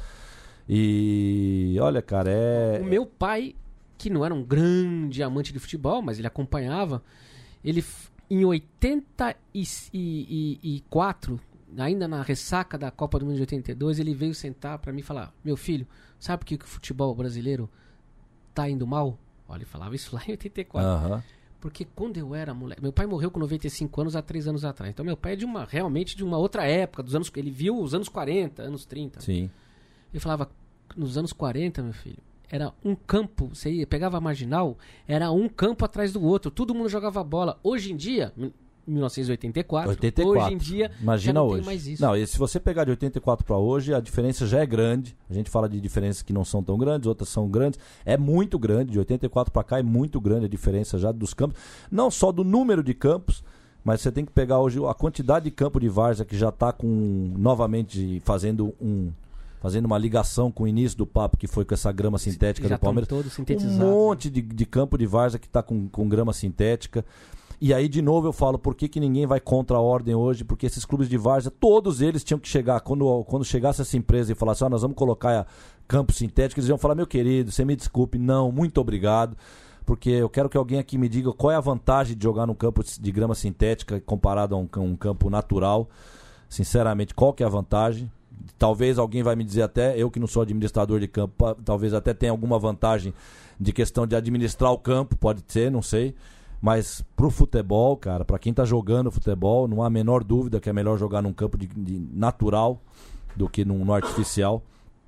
E olha, cara, é... O meu pai, que não era um grande amante de futebol, mas ele acompanhava, ele em oitenta e quatro, ainda na ressaca da Copa do Mundo de oitenta e dois, ele veio sentar pra mim e falar: meu filho, sabe por que, que o futebol brasileiro tá indo mal? Olha, ele falava isso lá em oitenta e quatro. Uhum. Porque quando eu era moleque... Meu pai morreu com noventa e cinco anos há três anos atrás. Então meu pai é de uma, realmente de uma outra época, dos anos, ele viu os anos quarenta, anos trinta. Sim. Ele falava, nos anos quarenta, meu filho, era um campo, você ia, pegava a marginal, era um campo atrás do outro, todo mundo jogava bola. Hoje em dia, mil novecentos e oitenta e quatro, oitenta e quatro. Hoje em dia, imagina já não hoje. tem mais isso. Não, e se você pegar de oitenta e quatro para hoje, a diferença já é grande. A gente fala de diferenças que não são tão grandes, outras são grandes. É muito grande, de oitenta e quatro para cá é muito grande a diferença já dos campos. Não só do número de campos, mas você tem que pegar hoje a quantidade de campo de várzea que já está com, novamente fazendo um... fazendo uma ligação com o início do papo, que foi com essa grama sintética já do Palmeiras. Todo sintetizado, um monte de, de campo de várzea que está com, com grama sintética. E aí, de novo, eu falo, por que, que ninguém vai contra a ordem hoje? Porque esses clubes de várzea, todos eles tinham que chegar, quando, quando chegasse essa empresa e falasse, ah, nós vamos colocar campo sintético, eles iam falar, meu querido, você me desculpe, não, muito obrigado, porque eu quero que alguém aqui me diga qual é a vantagem de jogar num campo de grama sintética comparado a um, um campo natural. Sinceramente, qual que é a vantagem? Talvez alguém vai me dizer até, eu que não sou administrador de campo, talvez até tenha alguma vantagem de questão de administrar o campo, pode ser, não sei. Mas pro futebol, cara, pra quem tá jogando futebol, não há a menor dúvida que é melhor jogar num campo de, de natural do que num no artificial.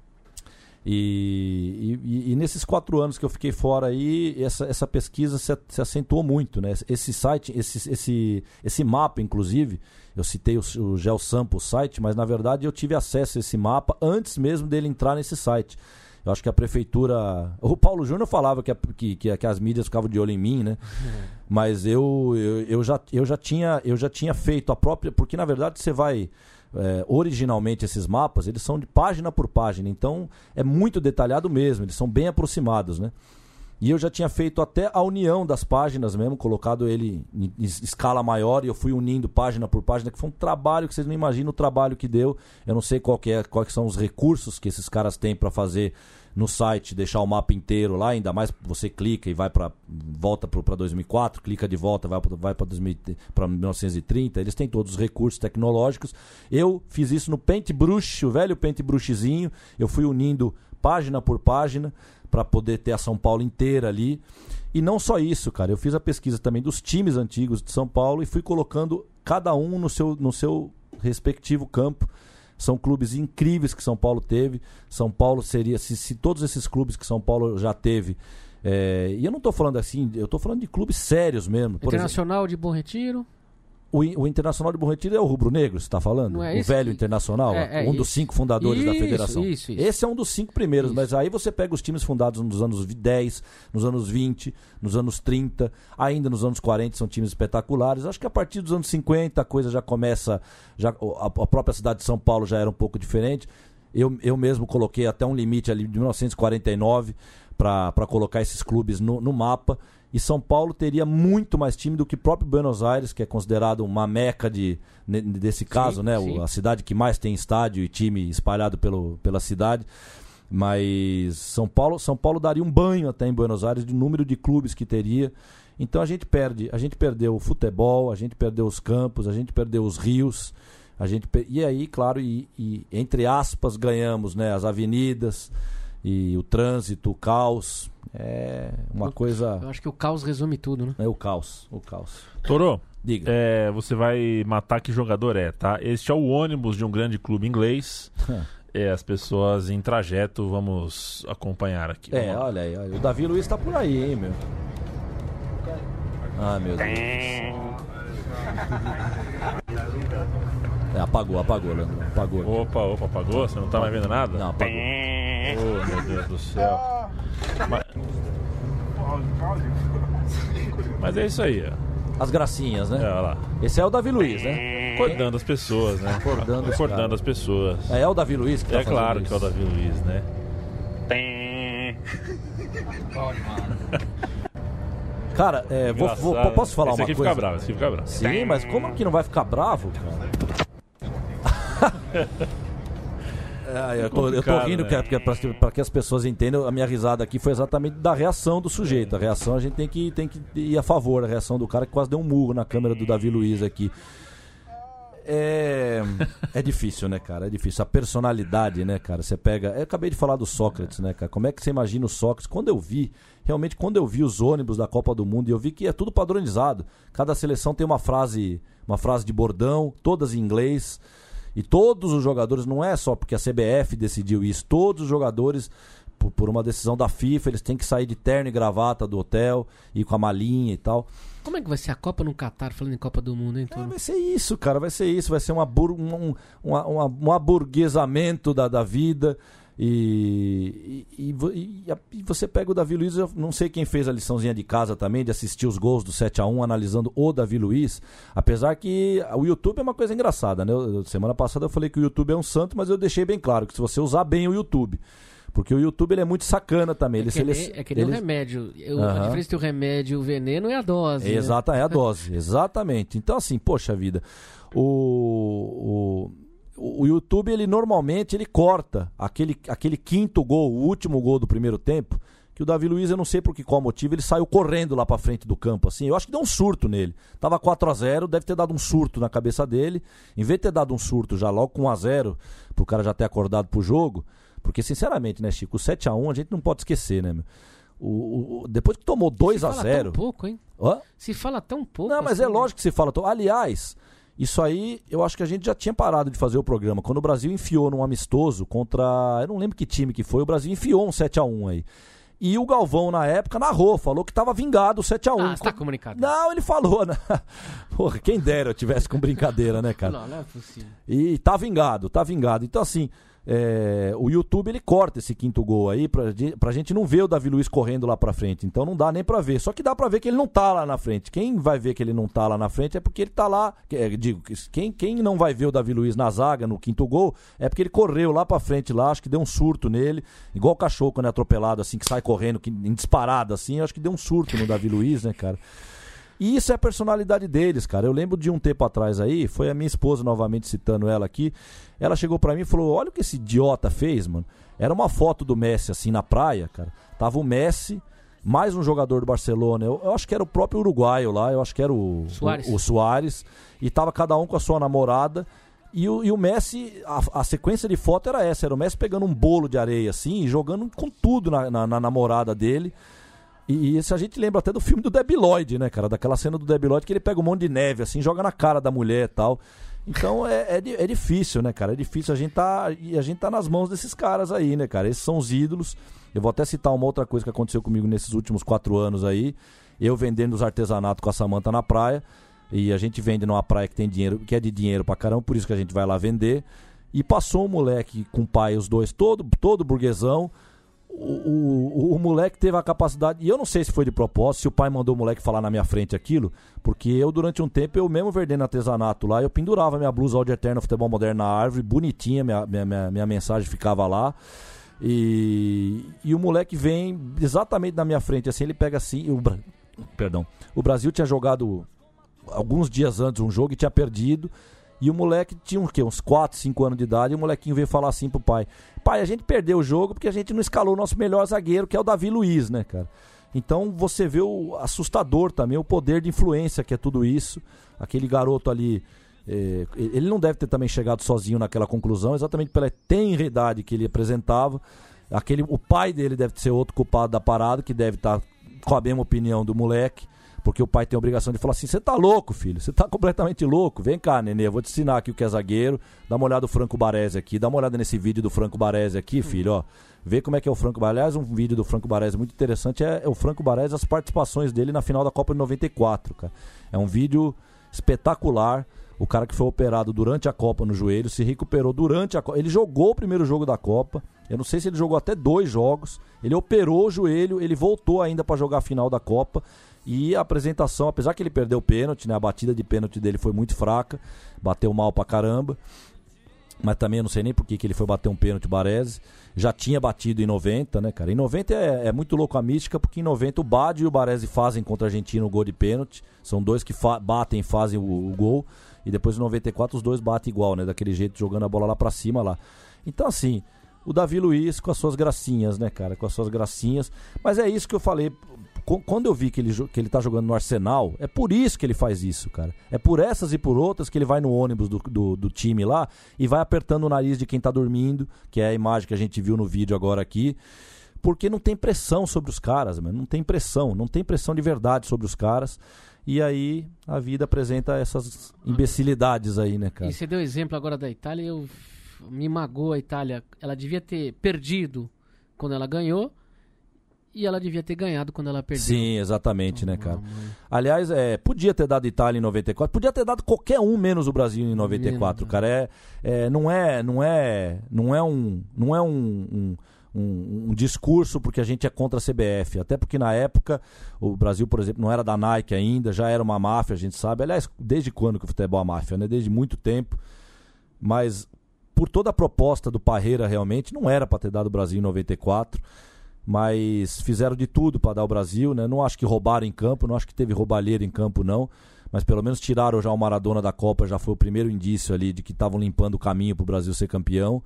E, e, e nesses quatro anos que eu fiquei fora aí, essa, essa pesquisa se, se acentuou muito, né? Esse site, esse, esse, esse mapa, inclusive, eu citei o, o GeoSample site, mas na verdade eu tive acesso a esse mapa antes mesmo dele entrar nesse site. Eu acho que a prefeitura... O Paulo Júnior falava que, a, que, que, que as mídias ficavam de olho em mim, né? Uhum. Mas eu, eu, eu, já, eu, já tinha, eu já tinha feito a própria... Porque na verdade você vai... É, originalmente esses mapas, eles são de página por página, então é muito detalhado mesmo, eles são bem aproximados, né? E eu já tinha feito até a união das páginas mesmo, colocado ele em escala maior, e eu fui unindo página por página, que foi um trabalho que vocês não imaginam o trabalho que deu. Eu não sei qual que é, quais são os recursos que esses caras têm para fazer no site, deixar o mapa inteiro lá, ainda mais você clica e vai para volta para dois mil e quatro, clica de volta, vai para vai para mil novecentos e trinta, eles têm todos os recursos tecnológicos. Eu fiz isso no Paintbrush, o velho Paintbrushzinho, eu fui unindo página por página para poder ter a São Paulo inteira ali. E não só isso, cara, eu fiz a pesquisa também dos times antigos de São Paulo e fui colocando cada um no seu, no seu respectivo campo. São clubes incríveis que São Paulo teve. São Paulo seria, se, se todos esses clubes que São Paulo já teve, é, e eu não estou falando assim, eu estou falando de clubes sérios mesmo. Por Internacional exemplo, de Bom Retiro. O, o Internacional de Bom Retiro é o Rubro Negro, você está falando? Não é o velho que... Internacional, é, é um isso. dos cinco fundadores isso, da federação. Isso, isso. Esse é um dos cinco primeiros, isso. Mas aí você pega os times fundados nos anos dez, nos anos vinte, nos anos trinta, ainda nos anos quarenta, são times espetaculares. Acho que a partir dos anos cinquenta a coisa já começa, já, a, a própria cidade de São Paulo já era um pouco diferente. Eu, eu mesmo coloquei até um limite ali de mil novecentos e quarenta e nove para colocar esses clubes no, no mapa. E São Paulo teria muito mais time do que o próprio Buenos Aires, que é considerado uma meca de, desse caso, sim, né? Sim. A cidade que mais tem estádio e time espalhado pelo, pela cidade. Mas São Paulo, São Paulo daria um banho até em Buenos Aires de número de clubes que teria. Então a gente perde, a gente perdeu o futebol, a gente perdeu os campos, a gente perdeu os rios. A gente, e aí, claro, e, e entre aspas, ganhamos, né, as avenidas e o trânsito, o caos. É uma eu, coisa... Eu acho que o caos resume tudo, né? É o caos, o caos. Toro, diga. É, você vai matar que jogador é, tá? Este é o ônibus de um grande clube inglês. É, as pessoas em trajeto, vamos acompanhar aqui. É, olha aí, olha, o Davi Luiz tá por aí, hein, meu. Ah, meu Deus. É, apagou, apagou, Leandro. Apagou. Opa, opa, apagou? Você não tá mais vendo nada? Não, apagou. Oh, meu Deus do céu. Mas... Mas é isso aí, ó. As gracinhas, né? É, olha lá. Esse é o Davi Luiz, né? Acordando as pessoas, né? Acordando, Acordando as pessoas. É, é o Davi Luiz que tá É claro isso. que é o Davi Luiz, né? Cara, é, vou, vou, posso falar esse uma aqui coisa? Fica bravo, esse aqui fica bravo. Sim, mas como que não vai ficar bravo, cara? É, eu, tô, eu tô rindo, né? Para que as pessoas entendam, a minha risada aqui foi exatamente da reação do sujeito. A reação a gente tem que, tem que ir a favor, a reação do cara que quase deu um murro na câmera do Davi Luiz aqui. É, é difícil, né, cara? É difícil. A personalidade, né, cara? Você pega... Eu acabei de falar do Sócrates, né, cara? Como é que você imagina o Sócrates? Quando eu vi, realmente, quando eu vi os ônibus da Copa do Mundo, e eu vi que é tudo padronizado. Cada seleção tem uma frase, uma frase de bordão, todas em inglês. E todos os jogadores, não é só porque a C B F decidiu isso, todos os jogadores, por, por uma decisão da FIFA, eles têm que sair de terno e gravata do hotel, ir com a malinha e tal. Como é que vai ser a Copa no Catar, falando em Copa do Mundo, hein, Toro? É, vai ser isso, cara, vai ser isso, vai ser uma bur, um, um, uma, um aburguesamento da, da vida. E, e, e, e você pega o Davi Luiz, eu não sei quem fez a liçãozinha de casa também, de assistir os gols do sete a um, analisando o Davi Luiz, apesar que o YouTube é uma coisa engraçada, né? Eu, semana passada eu falei que o YouTube é um santo, mas eu deixei bem claro que se você usar bem o YouTube, porque o YouTube ele é muito sacana também. É ele que, ele, ele, é que nem ele... o remédio. Eu, uhum. A diferença entre o remédio e o veneno é a dose. É, né? Exata, é a dose, exatamente. Então assim, poxa vida, o... o... O YouTube, ele normalmente ele corta aquele, aquele quinto gol, o último gol do primeiro tempo, que o Davi Luiz, eu não sei por que, qual motivo, ele saiu correndo lá pra frente do campo, assim. Eu acho que deu um surto nele. Tava quatro a zero, deve ter dado um surto na cabeça dele. Em vez de ter dado um surto já logo com um a zero, pro cara já ter acordado pro jogo, porque sinceramente, né, Chico, o sete a um a gente não pode esquecer, né, meu? O, o, depois que tomou dois a zero... Se fala tão pouco, hein? Hã? Se fala tão pouco. Não, mas assim, é lógico que se fala... To... Aliás, isso aí, eu acho que a gente já tinha parado de fazer o programa. Quando o Brasil enfiou num amistoso contra... Eu não lembro que time que foi. O Brasil enfiou um sete a um aí. E o Galvão, na época, narrou. Falou que tava vingado o sete a um. Ah, você tá comunicado. Não, ele falou, né? Porra, quem dera eu tivesse com brincadeira, né, cara? Não, não é possível. E tá vingado, tá vingado. Então, assim... É, o YouTube ele corta esse quinto gol aí pra, pra gente não ver o Davi Luiz correndo lá pra frente, então não dá nem pra ver, só que dá pra ver que ele não tá lá na frente. Quem vai ver que ele não tá lá na frente é porque ele tá lá, é, digo, quem, quem não vai ver o Davi Luiz na zaga no quinto gol é porque ele correu lá pra frente lá, acho que deu um surto nele, igual o cachorro quando é atropelado assim, que sai correndo, que, em disparada assim, acho que deu um surto no Davi Luiz, né, cara? E isso é a personalidade deles, cara. Eu lembro de um tempo atrás aí, foi a minha esposa novamente citando ela aqui. Ela chegou pra mim e falou, olha o que esse idiota fez, mano. Era uma foto do Messi assim na praia, cara. Tava o Messi, mais um jogador do Barcelona. Eu, eu acho que era o próprio uruguaio lá, eu acho que era o Suárez. O, o Suárez. E tava cada um com a sua namorada. E o, e o Messi, a, a sequência de foto era essa. Era o Messi pegando um bolo de areia assim e jogando com tudo na, na, na namorada dele. E isso a gente lembra até do filme do Debi Lloyd, né, cara? Daquela cena do Debi Lloyd que ele pega um monte de neve, assim, joga na cara da mulher e tal. Então é, é, é difícil, né, cara? É difícil. A gente, tá, e a gente tá nas mãos desses caras aí, né, cara? Esses são os ídolos. Eu vou até citar uma outra coisa que aconteceu comigo nesses últimos quatro anos aí. Eu vendendo os artesanatos com a Samanta na praia. E a gente vende numa praia que tem dinheiro, que é de dinheiro pra caramba, por isso que a gente vai lá vender. E passou um moleque com o pai, os dois, todo, todo burguesão. O, o, o moleque teve a capacidade, e eu não sei se foi de propósito, se o pai mandou o moleque falar na minha frente aquilo, porque eu durante um tempo, eu mesmo vendendo artesanato lá, eu pendurava minha blusa Áudio Eterno Futebol Moderno na árvore, bonitinha, minha, minha, minha, minha mensagem ficava lá, e, e o moleque vem exatamente na minha frente, assim, ele pega assim, o, perdão, o Brasil tinha jogado alguns dias antes um jogo e tinha perdido. E o moleque tinha um, quê? uns quatro, cinco anos de idade, e o molequinho veio falar assim pro pai: pai, a gente perdeu o jogo porque a gente não escalou o nosso melhor zagueiro, que é o Davi Luiz, né, cara? Então você vê o assustador também, o poder de influência que é tudo isso. Aquele garoto ali, é, ele não deve ter também chegado sozinho naquela conclusão, exatamente pela tenridade que ele apresentava. Aquele, o pai dele deve ser outro culpado da parada, que deve estar com a mesma opinião do moleque. Porque o pai tem a obrigação de falar assim: você tá louco, filho, você tá completamente louco, vem cá, nenê, eu vou te ensinar aqui o que é zagueiro, dá uma olhada no Franco Baresi aqui, dá uma olhada nesse vídeo do Franco Baresi aqui, filho, ó, vê como é que é o Franco Baresi. Aliás, um vídeo do Franco Baresi muito interessante é, é o Franco Baresi, as participações dele na final da Copa de noventa e quatro, cara. É um vídeo espetacular. O cara que foi operado durante a Copa no joelho, se recuperou durante a Copa. Ele jogou o primeiro jogo da Copa. Eu não sei se ele jogou até dois jogos. Ele operou o joelho, ele voltou ainda para jogar a final da Copa. E a apresentação, apesar que ele perdeu o pênalti, né, a batida de pênalti dele foi muito fraca. Bateu mal pra caramba. Mas também eu não sei nem por que, que ele foi bater um pênalti, Baresi. Já tinha batido em noventa, né, cara? Em noventa é, é muito louco a mística, porque em noventa o Baggio e o Baresi fazem contra a Argentina o gol de pênalti. São dois que fa- batem e fazem o, o gol. E depois em noventa e quatro os dois batem igual, né? Daquele jeito, jogando a bola lá pra cima lá. Então, assim, o Davi Luiz com as suas gracinhas, né, cara? Com as suas gracinhas. Mas é isso que eu falei. Quando eu vi que ele, que ele tá jogando no Arsenal, é por isso que ele faz isso, cara. É por essas e por outras que ele vai no ônibus do, do, do time lá e vai apertando o nariz de quem tá dormindo, que é a imagem que a gente viu no vídeo agora aqui. Porque não tem pressão sobre os caras, mano. Não tem pressão, não tem pressão de verdade sobre os caras. E aí a vida apresenta essas imbecilidades aí, né, cara? E você deu exemplo agora da Itália, eu me magoou a Itália. Ela devia ter perdido quando ela ganhou e ela devia ter ganhado quando ela perdeu. Sim, exatamente, oh, né, cara? Mãe. Aliás, é, podia ter dado Itália em noventa e quatro, podia ter dado qualquer um menos o Brasil em noventa e quatro, menos, cara. É, é, não é, não é, não é um, não é um, um Um, um discurso porque a gente é contra a C B F, até porque na época o Brasil, por exemplo, não era da Nike ainda, já era uma máfia, a gente sabe, aliás, desde quando que o futebol é máfia, né? Desde muito tempo, mas por toda a proposta do Parreira realmente, não era para ter dado o Brasil em noventa e quatro, mas fizeram de tudo para dar o Brasil, né? Não acho que roubaram em campo, não acho que teve roubalheira em campo não, mas pelo menos tiraram já o Maradona da Copa, já foi o primeiro indício ali de que estavam limpando o caminho para o Brasil ser campeão.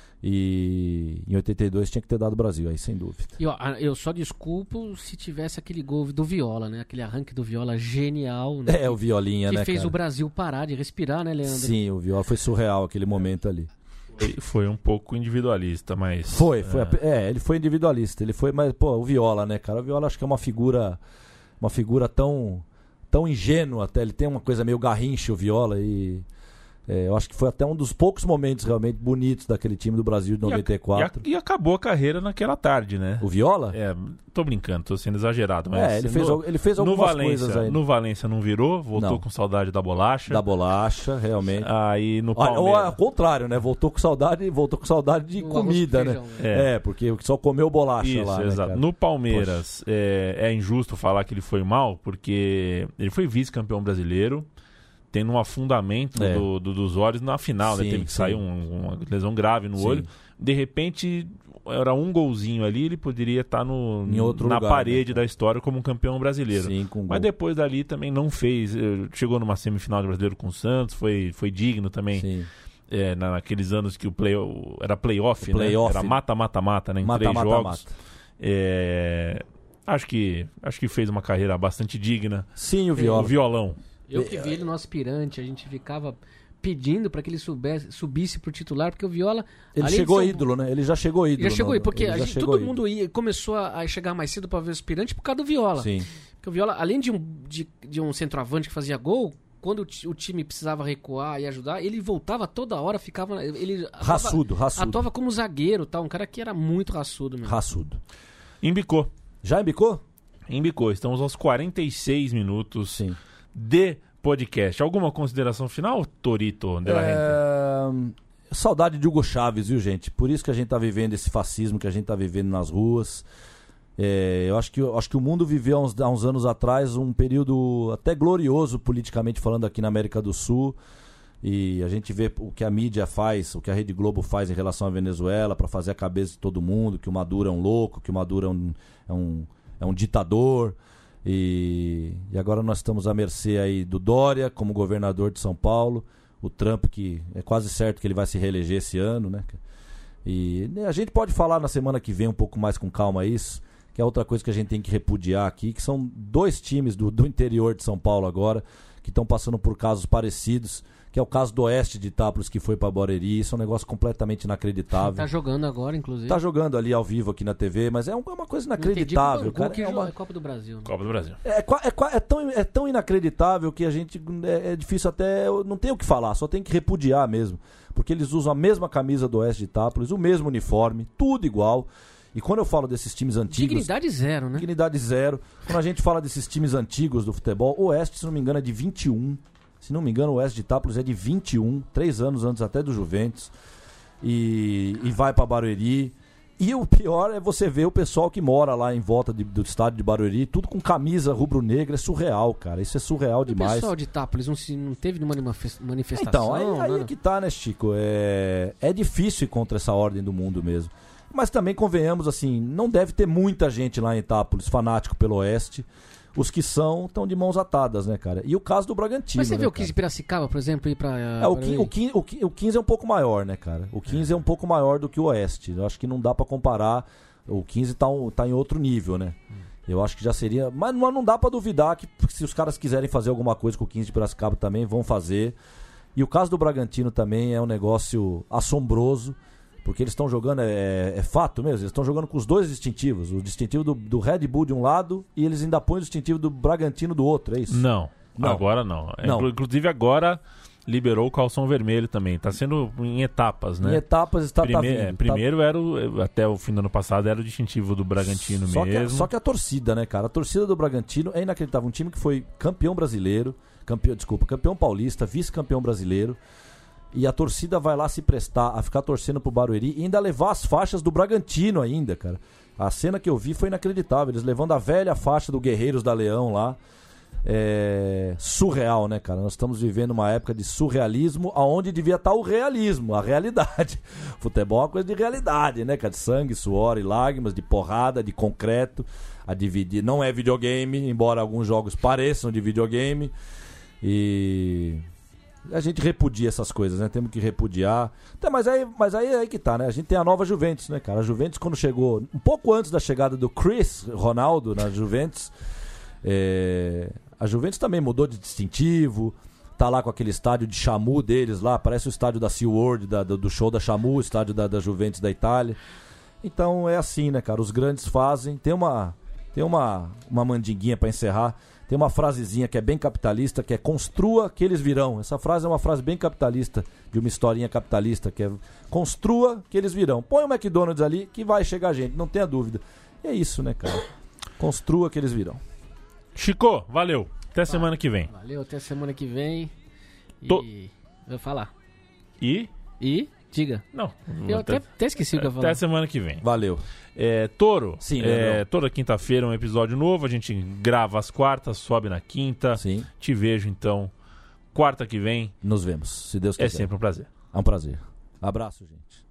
E em oitenta e dois tinha que ter dado o Brasil, aí sem dúvida. E ó, eu só desculpo se tivesse aquele gol do Viola, né? Aquele arranque do Viola genial, né? É, o Violinha, que né, fez cara? o Brasil parar de respirar, né, Leandro? Sim, o Viola foi surreal aquele momento ali. Foi um pouco individualista, mas... Foi, foi. É. é, ele foi individualista. Ele foi, mas, pô, o Viola, né, cara? O Viola acho que é uma figura, uma figura tão, tão ingênua até. Ele tem uma coisa meio garrincha, o Viola, e... É, eu acho que foi até um dos poucos momentos realmente bonitos daquele time do Brasil de noventa e quatro. E, a, e acabou a carreira naquela tarde, né? O Viola? É, tô brincando, tô sendo exagerado, mas... É, ele fez, no, ele fez algumas no Valência, coisas aí. No Valência não virou, voltou não. com saudade da bolacha. Da bolacha, realmente. Aí no Palmeiras... Palmeiras... Ou ao contrário, né? Voltou com saudade, voltou com saudade de o comida, né? É. é, porque só comeu bolacha Isso, lá, exato. Né, no Palmeiras, é, é injusto falar que ele foi mal, porque ele foi vice-campeão brasileiro, tendo um afundamento é. do, do, dos olhos na final, sim, né? Teve que sim. sair um, uma lesão grave no sim. olho. De repente, era um golzinho ali, ele poderia estar no, em outro na lugar, parede, né? Da história como um campeão brasileiro. Sim, com Mas gol. Depois dali também não fez. Chegou numa semifinal do Brasileiro com o Santos, foi, foi digno também. É, naqueles anos que o play, era playoff, play né? Era mata-mata-mata, né? Em mata, três mata, jogos. Mata. É, acho, que, acho que fez uma carreira bastante digna. Sim, o Viola. O violão. Eu que vi ele no aspirante, a gente ficava pedindo para que ele subesse, subisse pro titular, porque o Viola... Ele chegou ídolo, né? Ele já chegou ídolo. Já chegou ídolo, porque a gente, todo ídolo. mundo ia, começou a chegar mais cedo para ver o aspirante por causa do Viola. Sim. Porque o Viola, além de um, de, de um centroavante que fazia gol, quando o, o time precisava recuar e ajudar, ele voltava toda hora, ficava... Ele raçudo, atuava, raçudo. Atuava como zagueiro, tá? Um cara que era muito raçudo mesmo. Raçudo. Embicou. Já embicou? Embicou. Estamos aos quarenta e seis minutos Sim. de podcast. Alguma consideração final, Torito de la é... Saudade de Hugo Chávez, viu, gente? Por isso que a gente tá vivendo esse fascismo que a gente tá vivendo nas ruas. É... Eu acho que, eu acho que o mundo viveu há uns, há uns anos atrás um período até glorioso, politicamente falando, aqui na América do Sul. E a gente vê o que a mídia faz, o que a Rede Globo faz em relação à Venezuela para fazer a cabeça de todo mundo, que o Maduro é um louco, que o Maduro é um, é um, é um ditador. E, e agora nós estamos à mercê aí do Dória como governador de São Paulo, o Trump, que é quase certo que ele vai se reeleger esse ano, né? E a gente pode falar na semana que vem um pouco mais com calma isso, que é outra coisa que a gente tem que repudiar aqui, que são dois times do, do interior de São Paulo agora, que estão passando por casos parecidos, que é o caso do Oeste de Itápolis, que foi para Barueri. Isso é um negócio completamente inacreditável. Tá jogando agora, inclusive. Tá jogando ali ao vivo aqui na T V, mas é uma coisa inacreditável, cara. Que é, uma... é Copa do Brasil. Né? Copa do Brasil. É, é, é, é, tão, é tão inacreditável que a gente... É, é difícil até... Não tem o que falar, só tem que repudiar mesmo. Porque eles usam a mesma camisa do Oeste de Itápolis, o mesmo uniforme, tudo igual. E quando eu falo desses times antigos... Dignidade zero, né? Dignidade zero. Quando a gente fala desses times antigos do futebol, o Oeste, se não me engano, é de vinte e um. Se não me engano, o Oeste de Itápolis é de vinte e um, três anos antes até do Juventus. E, e vai para Barueri. E o pior é você ver o pessoal que mora lá em volta de, do estádio de Barueri, tudo com camisa rubro-negra. É surreal, cara. Isso é surreal demais. O pessoal de Itápolis não, se, não teve nenhuma manifestação? Então, aí, aí é que tá, né, Chico? É, é difícil ir contra essa ordem do mundo mesmo. Mas também, convenhamos, assim, não deve ter muita gente lá em Itápolis fanático pelo Oeste. Os que são estão de mãos atadas, né, cara? E o caso do Bragantino. Mas você né, vê o quinze de Piracicaba, por exemplo, ir pra. É, o, quinze, o, quinze, o, quinze, o quinze é um pouco maior, né, cara? O quinze é, é um pouco maior do que o Oeste. Eu acho que não dá pra comparar. O quinze tá, um, tá em outro nível, né? Hum. Eu acho que já seria. Mas não, não dá pra duvidar que se os caras quiserem fazer alguma coisa com o quinze de Piracicaba também, vão fazer. E o caso do Bragantino também é um negócio assombroso. Porque eles estão jogando, é, é fato mesmo, eles estão jogando com os dois distintivos. O distintivo do, do Red Bull de um lado e eles ainda põem o distintivo do Bragantino do outro, é isso? Não, não. agora não. não. Inclusive agora liberou o calção vermelho também. Está sendo em etapas, né? Em etapas está Prime- tá vindo, é, Primeiro tá... era o, até o fim do ano passado, era o distintivo do Bragantino só mesmo. Que, só que a torcida, né, cara? A torcida do Bragantino é inacreditável. Um time que foi campeão brasileiro, campeão, desculpa, campeão paulista, vice-campeão brasileiro. E a torcida vai lá se prestar a ficar torcendo pro Barueri e ainda levar as faixas do Bragantino ainda, cara. A cena que eu vi foi inacreditável. Eles levando a velha faixa do Guerreiros da Leão lá. É... surreal, né, cara? Nós estamos vivendo uma época de surrealismo aonde devia estar o realismo, a realidade. Futebol é uma coisa de realidade, né, cara? De sangue, suor e lágrimas, de porrada, de concreto. A dividir. Não é videogame, embora alguns jogos pareçam de videogame. E... a gente repudia essas coisas, né? Temos que repudiar. Até, mas aí, mas aí, aí que tá, né? A gente tem a nova Juventus, né, cara? A Juventus, quando chegou, um pouco antes da chegada do Chris Ronaldo na Juventus, é... a Juventus também mudou de distintivo, tá lá com aquele estádio de Chamu deles lá, parece o estádio da SeaWorld, da, do, do show da Chamu, o estádio da, da Juventus da Itália. Então é assim, né, cara? Os grandes fazem. Tem uma, tem uma, uma mandinguinha para encerrar. Tem uma frasezinha que é bem capitalista, que é construa que eles virão. Essa frase é uma frase bem capitalista, de uma historinha capitalista, que é construa que eles virão. Põe o McDonald's ali que vai chegar gente, não tenha dúvida. E é isso, né, cara? Construa que eles virão. Chico, valeu. Até semana que vem. Valeu, até semana que vem. E... Tô- Vou falar. E... E... Diga. Não. Eu até, até esqueci o que eu ia falar. Até semana que vem. Valeu. É, Toro, Sim, é, Leandrão. toda quinta-feira um episódio novo. A gente grava às quartas, sobe na quinta. Sim, Te vejo, então, quarta que vem. nos vemos, se Deus É quiser. sempre um prazer. É um prazer. Abraço, gente.